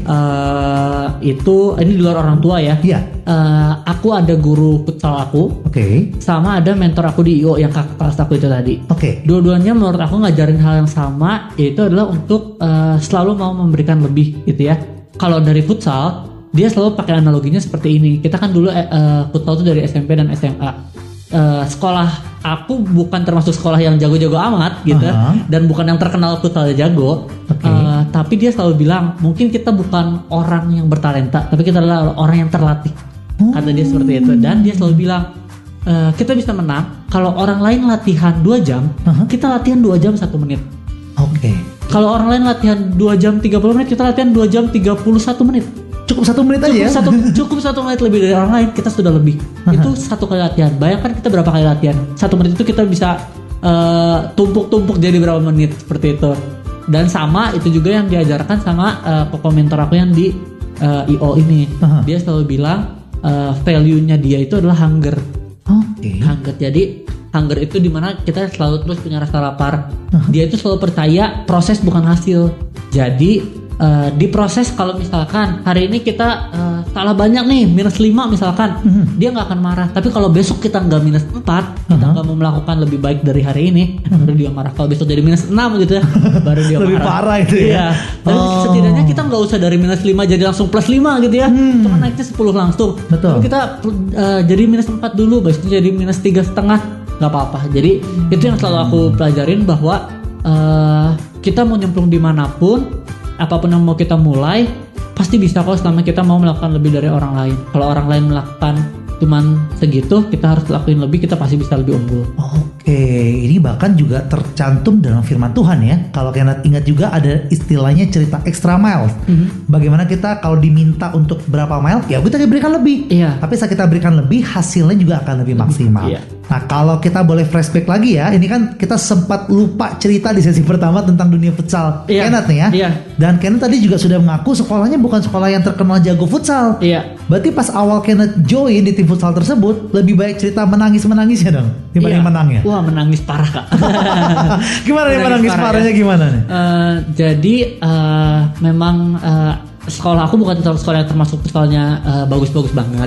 Itu ini di luar orang tua ya. Iya. Aku ada guru futsal aku. Oke. Sama ada mentor aku di IO yang kakak kelas aku itu tadi. Oke. Dua-duanya menurut aku ngajarin hal yang sama, yaitu adalah untuk selalu mau memberikan lebih gitu ya. Kalau dari futsal dia selalu pakai analoginya seperti ini. Kita kan dulu futsal itu dari SMP dan SMA. Sekolah aku bukan termasuk sekolah yang jago-jago amat gitu, dan bukan yang terkenal futsalnya jago. Tapi dia selalu bilang, mungkin kita bukan orang yang bertalenta, tapi kita adalah orang yang terlatih. Kata dia seperti itu. Dan dia selalu bilang, kita bisa menang kalau orang lain latihan 2 jam, kita latihan 2 jam 1 menit. Oke. Kalau orang lain latihan 2 jam 30 menit, kita latihan 2 jam 31 menit. Cukup 1 menit aja ya? Cukup 1 menit lebih dari orang lain, kita sudah lebih. Itu 1 kali latihan. Bayangkan kita berapa kali latihan. 1 menit itu kita bisa tumpuk-tumpuk jadi berapa menit, seperti itu. Dan sama itu juga yang diajarkan sama pokok mentor aku yang di IO ini. Dia selalu bilang value-nya dia itu adalah hunger. Hunger. Jadi hunger itu dimana kita selalu terus punya rasa lapar. Dia itu selalu percaya proses bukan hasil. Jadi di proses, kalau misalkan hari ini kita salah banyak nih, minus 5 misalkan, dia nggak akan marah. Tapi kalau besok kita nggak minus 4, kita nggak mau melakukan lebih baik dari hari ini, baru dia marah. Kalau besok jadi minus 6 gitu ya, baru dia lebih marah. parah itu ya. Iya. Dan setidaknya kita nggak usah dari minus 5 jadi langsung plus 5 gitu ya. Cuma naiknya 10 langsung. Betul. Tapi kita jadi minus 4 dulu, besok jadi minus 3,5, nggak apa-apa. Jadi itu yang selalu aku pelajarin, bahwa kita mau nyemplung dimanapun, apapun yang mau kita mulai, pasti bisa kok selama kita mau melakukan lebih dari orang lain. Kalau orang lain melakukan cuman segitu, kita harus lakuin lebih, kita pasti bisa lebih unggul. Oke, ini bahkan juga tercantum dalam firman Tuhan ya. Kalau kalian ingat juga ada istilahnya cerita extra miles. Bagaimana kita kalau diminta untuk berapa mile, ya kita berikan lebih. Tapi saat kita berikan lebih, hasilnya juga akan lebih maksimal. Nah, kalau kita boleh flashback lagi ya, ini kan kita sempat lupa cerita di sesi pertama tentang dunia futsal. Kenneth nih ya. Dan Kenneth tadi juga sudah mengaku sekolahnya bukan sekolah yang terkenal jago futsal. Berarti pas awal Kenneth join di tim futsal tersebut, lebih baik cerita menangisnya dong dibanding menangnya. Wah, menangis parah Kak. Gimana nih menangis parahnya ya? Gimana nih? Jadi memang sekolah aku bukan sekolah yang termasuk futsalnya bagus-bagus banget.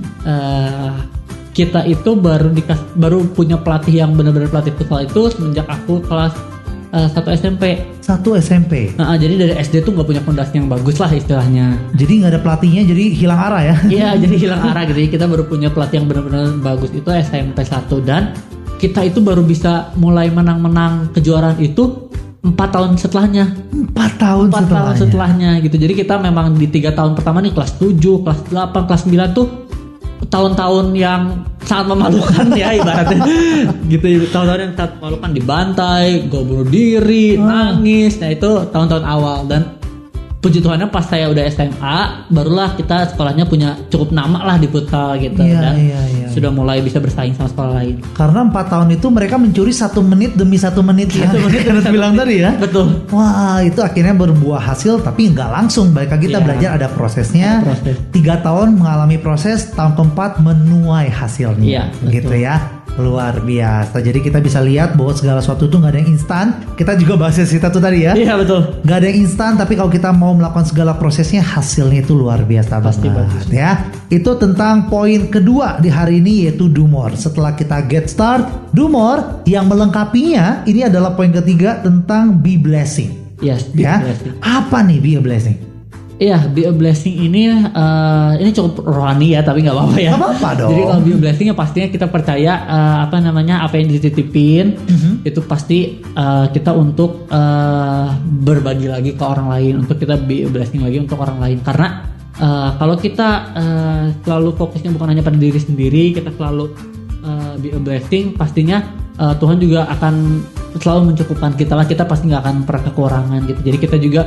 Kita itu baru punya pelatih yang benar-benar pelatih futsal itu semenjak aku kelas 1 SMP. 1 SMP. Jadi dari SD tuh nggak punya fondasi yang bagus lah istilahnya. Jadi nggak ada pelatihnya, jadi hilang arah ya? Iya, jadi hilang arah gitu. Jadi kita baru punya pelatih yang benar-benar bagus itu SMP 1, dan kita itu baru bisa mulai menang kejuaraan itu 4 tahun setelahnya. 4 tahun setelahnya gitu. Jadi kita memang di 3 tahun pertama nih, kelas 7, kelas 8, kelas 9 tuh tahun-tahun yang sangat memalukan ya ibaratnya gitu. Tahun-tahun yang sangat memalukan, dibantai, gue bunuh diri, nangis. Nah itu tahun-tahun awal. Dan puji Tuhannya pas saya udah SMA, barulah kita sekolahnya punya cukup nama lah di futsal gitu. Dan sudah mulai bisa bersaing sama sekolah lain. Karena 4 tahun itu mereka mencuri 1 menit demi 1 menit ya. 1 menit Kenneth bilang tadi ya. Betul. Wah, itu akhirnya berbuah hasil, tapi nggak langsung. Balik lagi kita belajar ada prosesnya. 3 tahun mengalami proses, tahun keempat menuai hasilnya. Gitu ya. Luar biasa. Jadi kita bisa lihat bahwa segala sesuatu itu nggak ada yang instan. Kita juga bahas cerita tuh tadi ya. Iya betul. Nggak ada yang instan, tapi kalau kita mau melakukan segala prosesnya, hasilnya itu luar biasa banget ya. Itu tentang poin kedua di hari ini, yaitu do more. Setelah kita get start, do more, yang melengkapinya ini adalah poin ketiga tentang be blessing. Yes, be blessing. Apa nih be a blessing? Iya, be a blessing ini cukup rohani ya, tapi nggak apa-apa ya. Nggak apa-apa dong. Jadi kalau be a blessing ya pastinya kita percaya apa yang dititipin itu pasti kita untuk berbagi lagi ke orang lain, untuk kita be a blessing lagi untuk orang lain. Karena kalau kita selalu fokusnya bukan hanya pada diri sendiri, kita selalu be a blessing, pastinya Tuhan juga akan selalu mencukupkan kita lah. Kita pasti nggak akan pernah kekurangan gitu. Jadi kita juga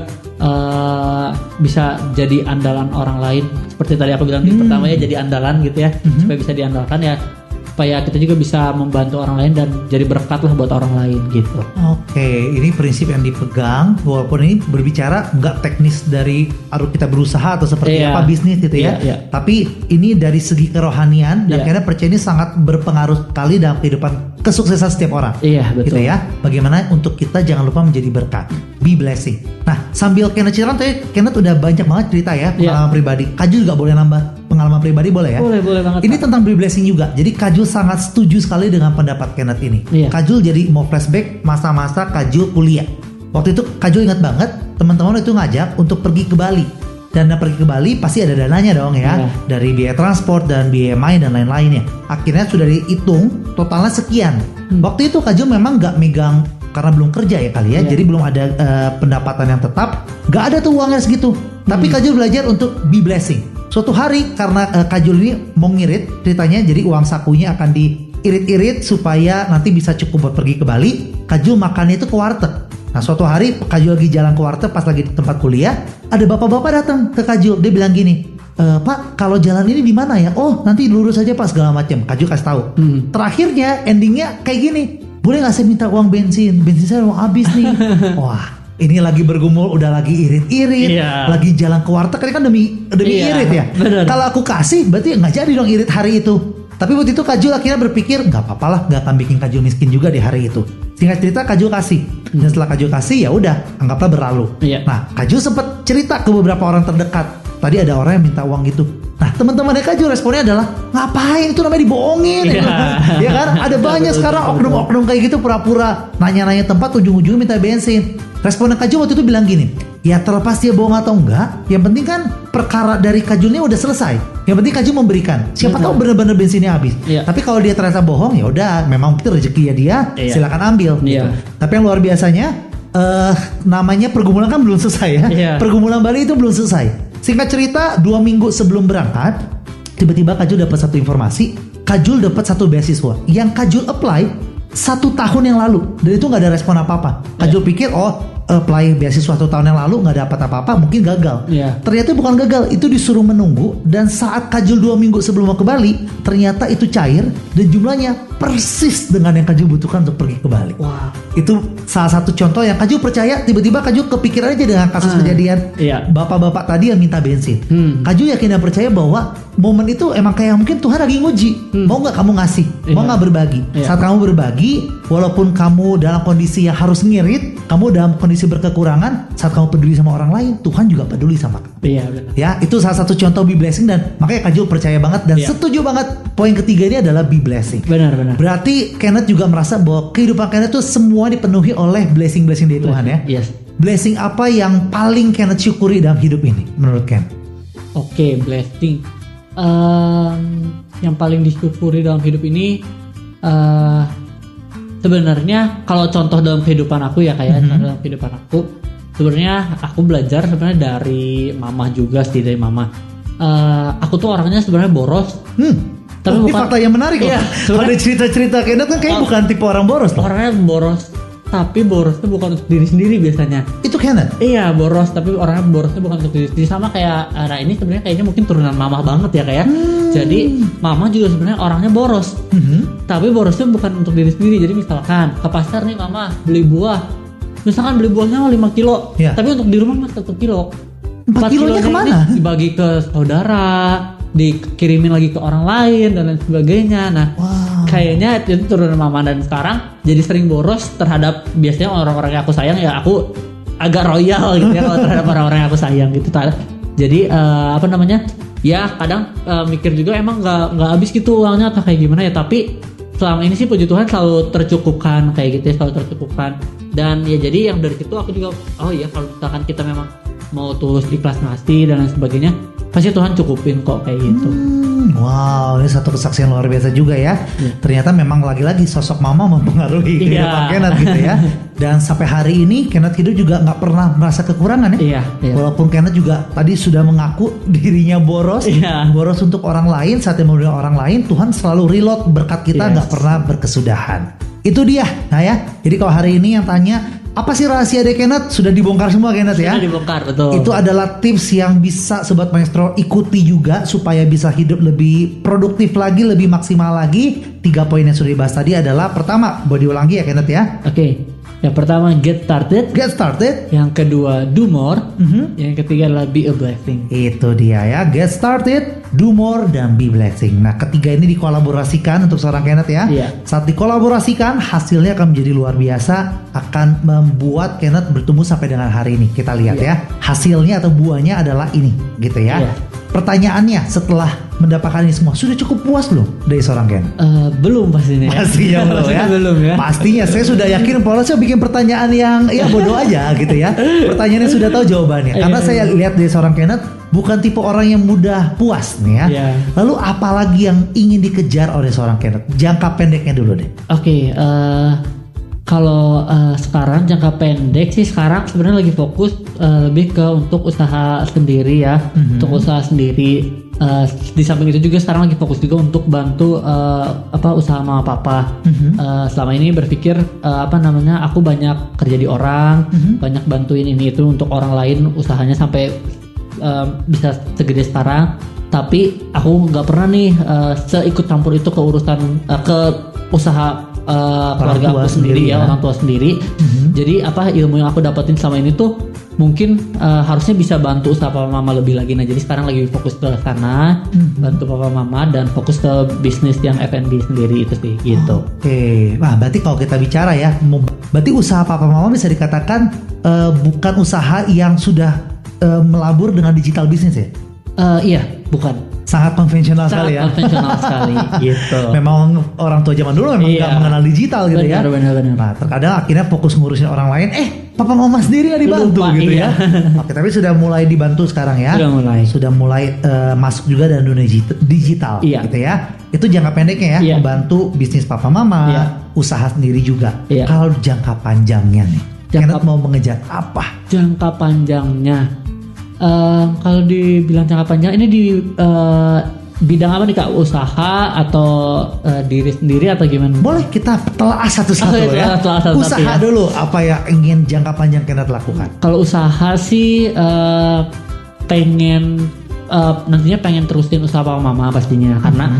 bisa jadi andalan orang lain. Seperti tadi aku bilang di pertama ya, jadi andalan gitu ya, supaya bisa diandalkan ya. supaya kita juga bisa membantu orang lain dan jadi berkat lah buat orang lain gitu. Oke, ini prinsip yang dipegang walaupun ini berbicara nggak teknis dari harus kita berusaha atau seperti apa bisnis gitu ya. Tapi ini dari segi kerohanian dan karena percaya ini sangat berpengaruh sekali dalam kehidupan kesuksesan setiap orang. Iya, betul. Gitu ya. Bagaimana untuk kita jangan lupa menjadi berkat. Be blessing. Nah, sambil Kenneth cerita tadi, Kenneth udah banyak banget cerita ya pengalaman pribadi. Kaju juga boleh nambah pengalaman pribadi boleh ya? Boleh banget. Ini tentang be blessing juga. Jadi Kajul sangat setuju sekali dengan pendapat Kenneth ini. Kajul jadi mau flashback masa-masa Kajul kuliah. Waktu itu Kajul ingat banget teman-teman itu ngajak untuk pergi ke Bali. Dan pergi ke Bali pasti ada dananya dong ya. Dari biaya transport dan biaya main dan lain-lainnya. Akhirnya sudah dihitung totalnya sekian. Waktu itu Kajul memang gak megang karena belum kerja ya kali ya. Jadi belum ada pendapatan yang tetap. Gak ada tuh uangnya segitu. Tapi Kajul belajar untuk be blessing. Suatu hari karena Kajul ini mau ngirit ceritanya, jadi uang sakunya akan diirit-irit supaya nanti bisa cukup buat pergi ke Bali. Kajul makannya itu ke warteg. Nah suatu hari Kajul lagi jalan ke warteg pas lagi di tempat kuliah, ada bapak-bapak datang ke Kajul. Dia bilang gini, Pak kalau jalan ini di mana ya? Oh nanti lurus aja Pak segala macam. Kajul kasih tahu. Terakhirnya endingnya kayak gini, boleh nggak saya minta uang bensin saya mau habis nih. Wah ini lagi bergumul, udah lagi irit-irit, lagi jalan ke warteg kan demi irit ya. Kalau aku kasih berarti nggak jadi dong irit hari itu. Tapi waktu itu Kajul akhirnya berpikir nggak apa-apa lah, nggak akan bikin Kajul miskin juga di hari itu. Singkat cerita Kajul kasih, dan setelah Kajul kasih ya udah anggaplah berlalu. Nah Kajul sempat cerita ke beberapa orang terdekat. Tadi ada orang yang minta uang gitu. Nah teman-temannya Kajul responnya adalah ngapain itu namanya dibohongin. Ya kan ada banyak sekarang oknum-oknum kayak gitu pura-pura nanya-nanya tempat ujung-ujungnya minta bensin. Responnya Kajul waktu itu bilang gini, ya terlepas dia bohong atau enggak, yang penting kan perkara dari Kajulnya udah selesai. Yang penting Kajul memberikan. Siapa tahu benar-benar bensinnya habis. Tapi kalau dia ternyata bohong ya udah, memang itu rezekinya dia, silakan ambil. Gitu. Tapi yang luar biasanya namanya pergumulan kan belum selesai ya. Pergumulan Bali itu belum selesai. Singkat cerita 2 minggu sebelum berangkat, tiba-tiba Kajul dapat satu informasi. Kajul dapat satu beasiswa yang Kajul apply 1 tahun yang lalu, dan itu nggak ada respon apa-apa. Kajul pikir apply beasiswa 1 tahun yang lalu nggak dapat apa-apa, mungkin gagal. Ternyata bukan gagal, itu disuruh menunggu. Dan saat Kajul 2 minggu sebelum mau ke Bali, ternyata itu cair dan jumlahnya persis dengan yang Kajul butuhkan untuk pergi ke Bali. Itu salah satu contoh yang Kajul percaya. Tiba-tiba Kajul kepikiran aja dengan kasus kejadian bapak-bapak tadi yang minta bensin. Kajul yakin dan percaya bahwa momen itu emang kayak mungkin Tuhan lagi nguji. Mau nggak kamu ngasih? Mau nggak berbagi? Saat kamu berbagi, walaupun kamu dalam kondisi yang harus ngirit, kamu dalam kondisi berkekurangan, saat kamu peduli sama orang lain, Tuhan juga peduli sama kamu. Ya, itu salah satu contoh be blessing, dan makanya Kajul percaya banget dan setuju banget. Poin ketiga ini adalah be blessing. Benar. Berarti Kenneth juga merasa bahwa kehidupan Kenneth itu semua dipenuhi oleh blessing-blessing dari Tuhan ya. Blessing apa yang paling Kenneth syukuri dalam hidup ini menurut Ken? Oke, blessing yang paling disyukuri dalam hidup ini sebenarnya kalau contoh dalam kehidupan aku ya kayak dalam kehidupan aku sebenarnya aku belajar sebenarnya dari mama juga sih, dari mama. Aku tuh orangnya sebenarnya boros. Tapi ini fakta yang menarik loh. Ada cerita-cerita Kenneth kan kayak bukan tipe orang boros loh. Orangnya boros, tapi borosnya bukan untuk diri sendiri biasanya. Itu Kenneth? Iya boros, tapi orangnya borosnya bukan untuk diri sendiri. Sama kayak ini sebenarnya kayaknya mungkin turunan mama banget ya kayak. Jadi mama juga sebenarnya orangnya boros, tapi borosnya bukan untuk diri sendiri. Jadi misalkan ke pasar nih mama beli buah, misalkan beli buahnya 5 kilo, tapi untuk di rumah cuma 1 kilo. 4 kilonya kemana? Dibagi ke saudara, dikirimin lagi ke orang lain dan lain sebagainya. Nah kayaknya itu turunan mama, dan sekarang jadi sering boros terhadap biasanya orang-orang yang aku sayang. Ya aku agak royal gitu ya kalau terhadap orang-orang yang aku sayang gitu. Jadi ya kadang mikir juga emang nggak habis gitu uangnya atau kayak gimana ya. Tapi selama ini sih puji Tuhan selalu tercukupkan kayak gitu ya, selalu tercukupkan. Dan ya jadi yang dari situ aku juga kalau misalkan kita memang mau tulus ikhlas ngasih dan lain sebagainya, pasti Tuhan cukupin kok kayak gitu. Wow, ini satu kesaksian luar biasa juga ya. Ternyata memang lagi-lagi sosok mama mempengaruhi kehidupan Kenneth gitu ya. Dan sampai hari ini Kenneth hidup juga nggak pernah merasa kekurangan ya. Walaupun Kenneth juga tadi sudah mengaku dirinya boros, boros untuk orang lain. Saat yang memberi orang lain, Tuhan selalu reload berkat kita, nggak pernah berkesudahan. Itu dia. Nah ya, jadi kalau hari ini yang tanya Apa sih rahasia dari Kenneth? Sudah dibongkar semua Kenneth ya? Sudah dibongkar, betul. Itu adalah tips yang bisa Sobat Maestro ikuti juga supaya bisa hidup lebih produktif lagi, lebih maksimal lagi. 3 poin yang sudah dibahas tadi adalah pertama, body ulangi ya Kenneth ya. Oke. Yang pertama get started. Yang kedua do more. Yang ketiga adalah be a blessing. Itu dia ya, get started, do more, dan be blessing. Nah, ketiga ini dikolaborasikan untuk seorang Kenneth ya. Saat dikolaborasikan, hasilnya akan menjadi luar biasa, akan membuat Kenneth bertumbuh sampai dengan hari ini. Kita lihat ya, hasilnya atau buahnya adalah ini, gitu ya. Pertanyaannya, setelah mendapatkan ini semua, sudah cukup puas belum dari seorang Kenneth? Belum pastinya. Pastinya belum ya. Belum ya. Pastinya, saya sudah yakin Paulus saya bikin pertanyaan yang ya bodoh aja gitu ya. Pertanyaannya sudah tahu jawabannya. Karena saya lihat dari seorang Kenneth bukan tipe orang yang mudah puas nih ya. Lalu apalagi yang ingin dikejar oleh seorang Kenneth? Jangka pendeknya dulu deh. Oke, kalau sekarang jangka pendek sih sekarang sebenarnya lagi fokus lebih ke untuk usaha sendiri ya, untuk usaha sendiri. Di samping itu juga sekarang lagi fokus juga untuk bantu usaha mama papa. Selama ini berpikir aku banyak kerja di orang, banyak bantuin ini itu untuk orang lain usahanya sampai bisa segede sekarang. Tapi aku nggak pernah nih seikut campur itu ke urusan ke usaha keluarga aku sendiri ya, orang tua sendiri. Jadi ilmu yang aku dapetin selama ini tuh mungkin harusnya bisa bantu usaha papa mama lebih lagi. Nah, jadi sekarang lagi fokus ke sana, bantu papa mama dan fokus ke bisnis yang F&B sendiri itu sih gitu. Oke. Nah, berarti kalau kita bicara ya, berarti usaha papa mama bisa dikatakan bukan usaha yang sudah melabur dengan digital bisnis ya? Iya, bukan. Sangat konvensional sekali ya. Sangat konvensional sekali gitu. Memang orang tua zaman dulu memang nggak mengenal digital gitu ya. Benar. Nah, terkadang akhirnya fokus ngurusin orang lain. Papa mama sendiri nggak dibantu gitu ya. Oke, tapi sudah mulai dibantu sekarang ya. Sudah mulai masuk juga dalam dunia digital gitu ya. Itu jangka pendeknya ya, membantu bisnis papa mama, usaha sendiri juga. Kalau jangka panjangnya nih, Kenneth mau mengejar apa? Jangka panjangnya. Kalau dibilang jangka panjang ini di bidang apa nih Kak? Usaha atau diri sendiri atau gimana? Boleh kita telah satu-satu ya. Usaha dulu, apa yang ingin jangka panjang Kenneth lakukan? Kalau usaha sih nantinya pengen terusin usaha papa mama pastinya, karena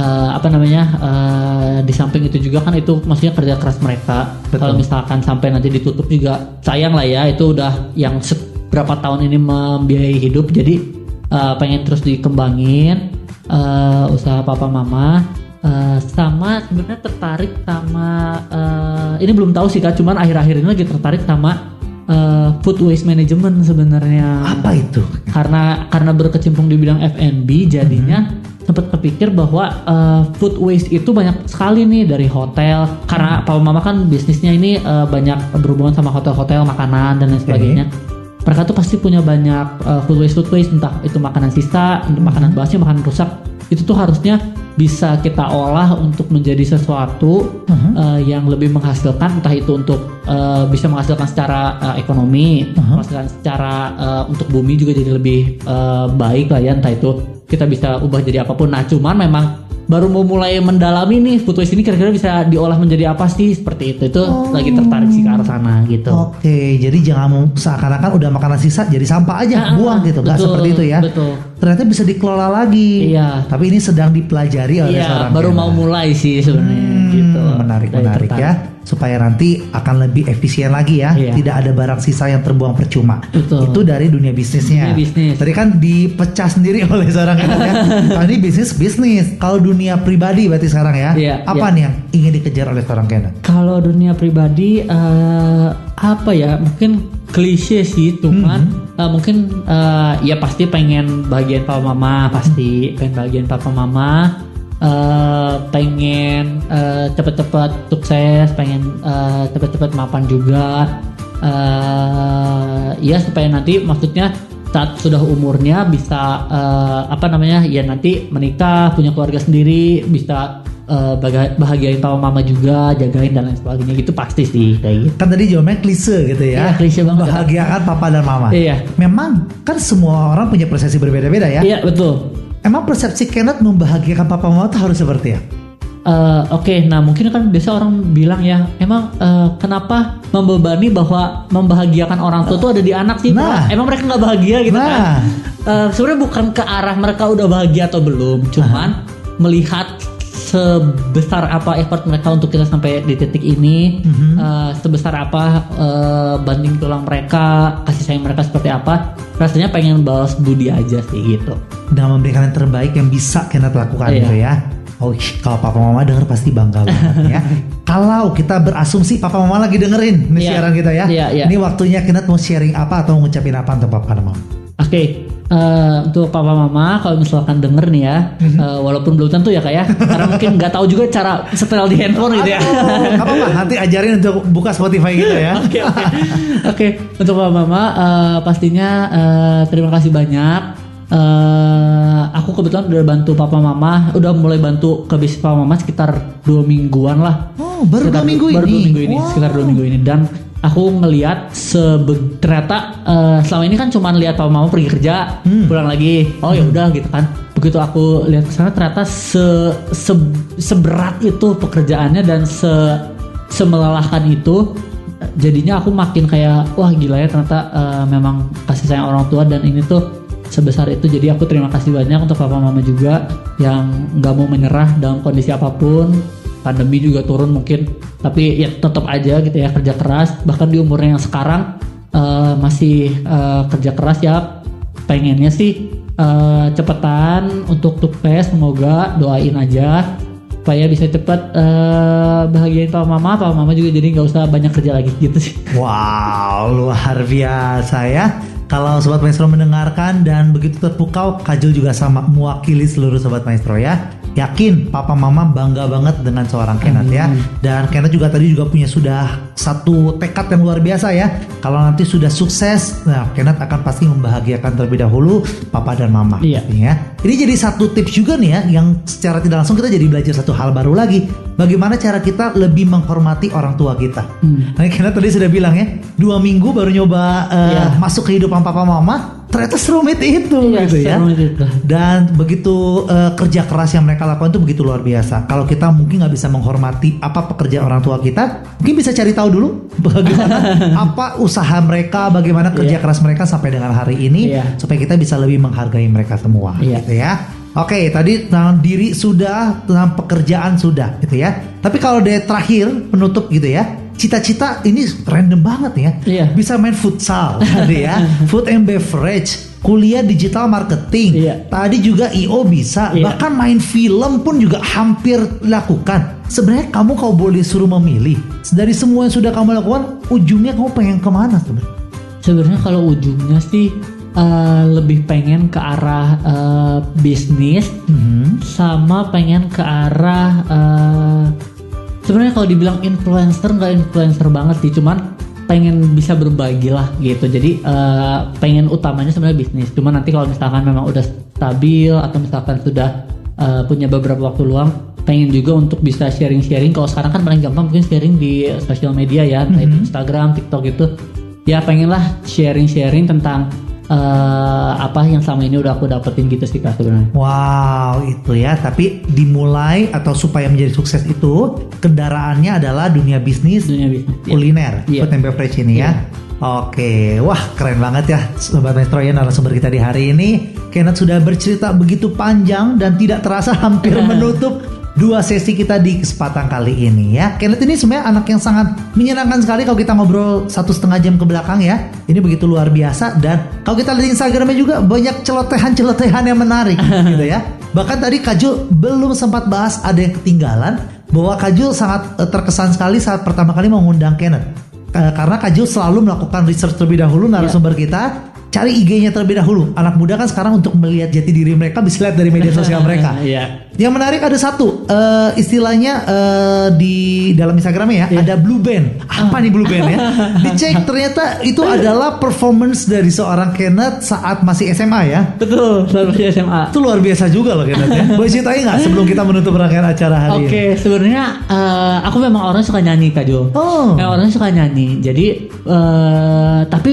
di samping itu juga kan itu maksudnya kerja keras mereka. Kalau misalkan sampai nanti ditutup juga sayang lah ya, itu udah yang berapa tahun ini membiayai hidup, jadi pengen terus dikembangin usaha papa mama. Sama sebenarnya tertarik sama ini belum tahu sih Kak, cuman akhir-akhir ini lagi tertarik sama food waste management sebenarnya. Apa itu? Karena berkecimpung di bidang F&B, jadinya sempat kepikir bahwa food waste itu banyak sekali nih dari hotel. Karena papa mama kan bisnisnya ini banyak berhubungan sama hotel-hotel, makanan dan lain sebagainya. Mereka tuh pasti punya banyak food waste, entah itu makanan sisa, makanan basi, makanan rusak. Itu tuh harusnya bisa kita olah untuk menjadi sesuatu yang lebih menghasilkan, entah itu untuk bisa menghasilkan secara ekonomi, menghasilkan secara untuk bumi juga jadi lebih baik lah ya, entah itu kita bisa ubah jadi apapun. Nah, cuman memang baru mau mulai mendalami nih food waste ini kira-kira bisa diolah menjadi apa sih, seperti itu lagi tertarik sih ke arah sana gitu. Oke, jadi jangan seakan-akan udah makanan sisa jadi sampah aja buang gitu, nggak seperti itu ya. Ternyata bisa dikelola lagi. Tapi ini sedang dipelajari oleh seorang baru mau mulai sih sebenarnya gitu. Menarik ya, supaya nanti akan lebih efisien lagi ya. Tidak ada barang sisa yang terbuang percuma. Itu dari dunia bisnisnya. Tadi kan dipecah sendiri oleh seorang Kenneth ya. Kalau ini bisnis. Kalau dunia pribadi berarti sekarang ya. Apa nih yang ingin dikejar oleh seorang Kenneth? Kalau dunia pribadi apa ya? Mungkin klise sih, cuman mungkin ya pasti pengen bahagiain papa mama, pengen cepet-cepet sukses, pengen cepet-cepet mapan juga, ya supaya nanti maksudnya saat sudah umurnya bisa ya nanti menikah, punya keluarga sendiri, bisa bahagiain papa mama juga, jagain dan lain sebagainya gitu, pasti sih kayak gitu. Kan tadi jawabannya klise gitu ya. Iya, klise banget. Bahagiakan papa dan mama. Iya. Memang kan semua orang punya persepsi berbeda-beda ya. Iya, betul. Emang persepsi Kenneth membahagiakan papa mama itu harus seperti ya? Oke, nah mungkin kan biasa orang bilang ya, emang kenapa membebani bahwa membahagiakan orang tua tuh ada di anak sih? Emang mereka nggak bahagia gitu kan? Sebenarnya bukan ke arah mereka udah bahagia atau belum, cuman melihat sebesar apa effort mereka untuk kita sampai di titik ini, sebesar apa banding tulang mereka, kasih sayang mereka seperti apa, rasanya pengen balas budi aja sih gitu. Dan memberikan yang terbaik yang bisa Kenneth lakukan gitu ya. Oh, kalau papa mama denger pasti bangga banget ya. Kalau kita berasumsi papa mama lagi dengerin nih siaran kita ya. Ini waktunya Kenneth mau sharing apa atau ngucapin apa untuk papa dan mama. Oke. Untuk papa mama kalau misalkan denger nih ya, walaupun belum tentu ya kak ya, karena mungkin nggak tahu juga cara setel di handphone gitu ya. Apa nanti ajarin untuk buka Spotify gitu ya. Oke. Untuk papa mama pastinya terima kasih banyak. Aku kebetulan udah bantu papa mama, udah mulai bantu ke bisnis papa mama sekitar 2 mingguan lah. Oh, baru 2 minggu ini. Baru 2 minggu ini, sekitar 2 minggu ini. Dan aku ngelihat ternyata selama ini kan cuma lihat papa mama pergi kerja, pulang lagi. Oh ya udah gitu kan. Begitu aku lihat kesana ternyata seberat itu pekerjaannya dan semelelahkan itu. Jadinya aku makin kayak wah gila ya ternyata memang kasih sayang orang tua dan ini tuh sebesar itu. Jadi aku terima kasih banyak untuk papa mama juga yang nggak mau menyerah dalam kondisi apapun. Pandemi juga turun mungkin, tapi ya tetap aja gitu ya kerja keras. Bahkan di umurnya yang sekarang masih kerja keras ya. Pengennya sih cepetan untuk tes, semoga doain aja supaya bisa cepet bahagiain papa mama juga jadi nggak usah banyak kerja lagi gitu sih. Wow, luar biasa ya. Kalau Sobat Maestro mendengarkan dan begitu terpukau, Kajul juga sama mewakili seluruh Sobat Maestro ya. Yakin papa mama bangga banget dengan seorang Kenneth ya. Dan Kenneth juga tadi punya sudah satu tekad yang luar biasa ya. Kalau nanti sudah sukses, nah Kenneth akan pasti membahagiakan terlebih dahulu papa dan mama. Iya. Ini jadi satu tips juga nih ya, yang secara tidak langsung kita jadi belajar satu hal baru lagi. Bagaimana cara kita lebih menghormati orang tua kita. Nah Kenneth tadi sudah bilang ya, 2 minggu baru nyoba masuk ke kehidupan papa mama. Ternyata serumit itu gitu ya. Dan begitu kerja keras yang mereka lakukan itu begitu luar biasa. Kalau kita mungkin nggak bisa menghormati apa pekerjaan orang tua kita, mungkin bisa cari tahu dulu bagaimana apa usaha mereka, bagaimana kerja keras mereka sampai dengan hari ini, supaya kita bisa lebih menghargai mereka semua gitu ya. Oke, tadi tentang diri sudah, tentang pekerjaan sudah gitu ya. Tapi kalau dari terakhir penutup gitu ya, cita-cita ini random banget ya. Bisa main futsal tadi ya, food and beverage, kuliah digital marketing. Tadi juga IO bisa, bahkan main film pun juga hampir lakukan. Sebenarnya kamu kalau boleh suruh memilih dari semua yang sudah kamu lakukan, ujungnya kamu pengen kemana sebenarnya? Sebenarnya kalau ujungnya sih lebih pengen ke arah bisnis, sama pengen ke arah sebenarnya kalau dibilang influencer nggak influencer banget sih, cuman pengen bisa berbagi lah gitu. Jadi pengen utamanya sebenarnya bisnis. Cuman nanti kalau misalkan memang udah stabil atau misalkan sudah punya beberapa waktu luang, pengen juga untuk bisa sharing-sharing. Kalau sekarang kan paling gampang mungkin sharing di sosial media ya, itu Instagram, TikTok gitu. Ya pengen lah sharing-sharing tentang apa yang selama ini udah aku dapetin gitu sih kak sebenarnya. Wow, itu ya. Tapi dimulai atau supaya menjadi sukses itu kendaraannya adalah dunia bisnis kuliner, food and beverage ini ya. Oke, wah keren banget ya Sobat Maestro ya, narasumber kita di hari ini. Kenneth sudah bercerita begitu panjang dan tidak terasa hampir menutup 2 sesi kita di kesempatan kali ini ya. Kenneth ini sebenarnya anak yang sangat menyenangkan sekali kalau kita ngobrol 1,5 jam ke belakang ya. Ini begitu luar biasa. Dan kalau kita lihat Instagramnya juga banyak celotehan-celotehan yang menarik gitu ya. Bahkan tadi Kajul belum sempat bahas, ada yang ketinggalan, bahwa Kajul sangat terkesan sekali saat pertama kali mengundang Kenneth. Karena Kajul selalu melakukan research terlebih dahulu narasumber kita. Cari IG-nya terlebih dahulu. Anak muda kan sekarang untuk melihat jati diri mereka bisa lihat dari media sosial mereka. Yang menarik ada satu istilahnya di dalam Instagramnya ya, ada blue band. Apa nih blue band ya? Dicek ternyata itu adalah performance dari seorang Kenneth saat masih SMA ya. Betul, saat masih SMA. Itu luar biasa juga loh Kenneth ya. Boleh ceritain nggak sebelum kita menutup rangkaian acara hari ini? Oke, sebenarnya aku memang orang suka nyanyi Kak Jo. Orangnya suka nyanyi. Jadi tapi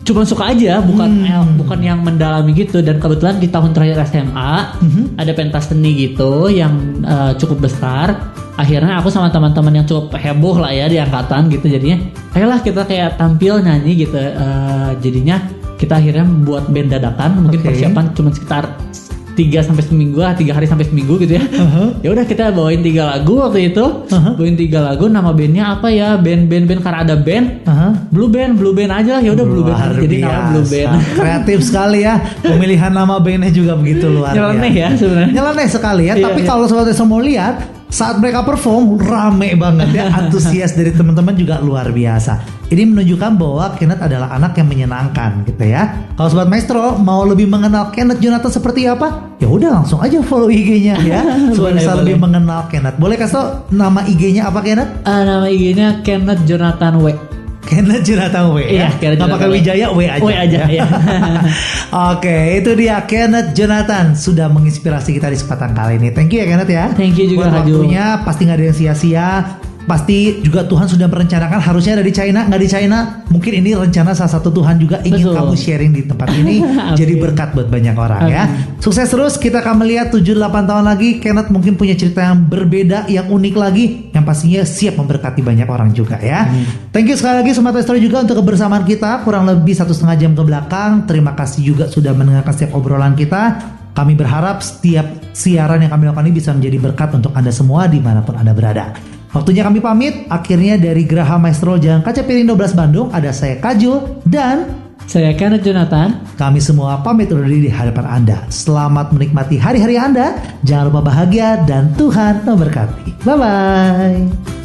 cuma suka aja, bukan yang mendalami gitu. Dan kebetulan di tahun terakhir SMA ada pentas seni gitu yang cukup besar. Akhirnya aku sama teman-teman yang cukup heboh lah ya di angkatan gitu, jadinya ayolah kita kayak tampil nyanyi gitu. Jadinya kita akhirnya buat band dadakan, mungkin persiapan cuma sekitar 3 hari sampai seminggu gitu ya. Ya udah kita bawain 3 lagu waktu itu. Bawain 3 lagu, nama bandnya apa ya? Band karena ada band. Blue Band aja lah. Ya udah Blue Band. Jadi nama Blue Band. Kreatif sekali ya. Pemilihan nama bandnya juga begitu luar biasa. Nyeleneh ya sebenarnya. Nyeleneh sekali ya. Iya, Tapi kalau sobat Maestro mau lihat saat mereka perform rame banget ya. Antusias dari teman-teman juga luar biasa. Ini menunjukkan bahwa Kenneth adalah anak yang menyenangkan gitu ya. Kalau sobat Maestro mau lebih mengenal Kenneth Jonathan seperti apa, ya udah langsung aja follow IG-nya ya. Supaya bisa lebih mengenal Kenneth. Boleh kasih tau nama IG-nya apa Kenneth? Nama IG-nya Kenneth Jonathan W. Kenneth Jonathan W ya. Nggak pakai Wijaya, W aja. W aja ya. Oke, itu dia Kenneth Jonathan sudah menginspirasi kita di kesempatan kali ini. Thank you ya Kenneth ya. Thank you juga buat waktunya, pasti nggak ada yang sia-sia. Pasti juga Tuhan sudah merencanakan, harusnya ada di China, nggak di China. Mungkin ini rencana salah satu Tuhan juga ingin kamu sharing di tempat ini. Jadi berkat buat banyak orang ya. Sukses terus, kita akan melihat 7-8 tahun lagi Kenneth mungkin punya cerita yang berbeda, yang unik lagi, yang pastinya siap memberkati banyak orang juga ya. Thank you sekali lagi Sobat Maestro juga untuk kebersamaan kita kurang lebih 1,5 jam ke belakang. Terima kasih juga sudah mendengarkan setiap obrolan kita. Kami berharap setiap siaran yang kami lakukan ini bisa menjadi berkat untuk Anda semua dimanapun Anda berada. Waktunya kami pamit. Akhirnya dari Geraha Maestro Jalan Kaca Piring 12 Bandung, ada saya Kajul dan saya Kenneth Jonathan. Kami semua pamit undur diri di hadapan Anda. Selamat menikmati hari-hari Anda. Jangan lupa bahagia dan Tuhan memberkati. Bye-bye.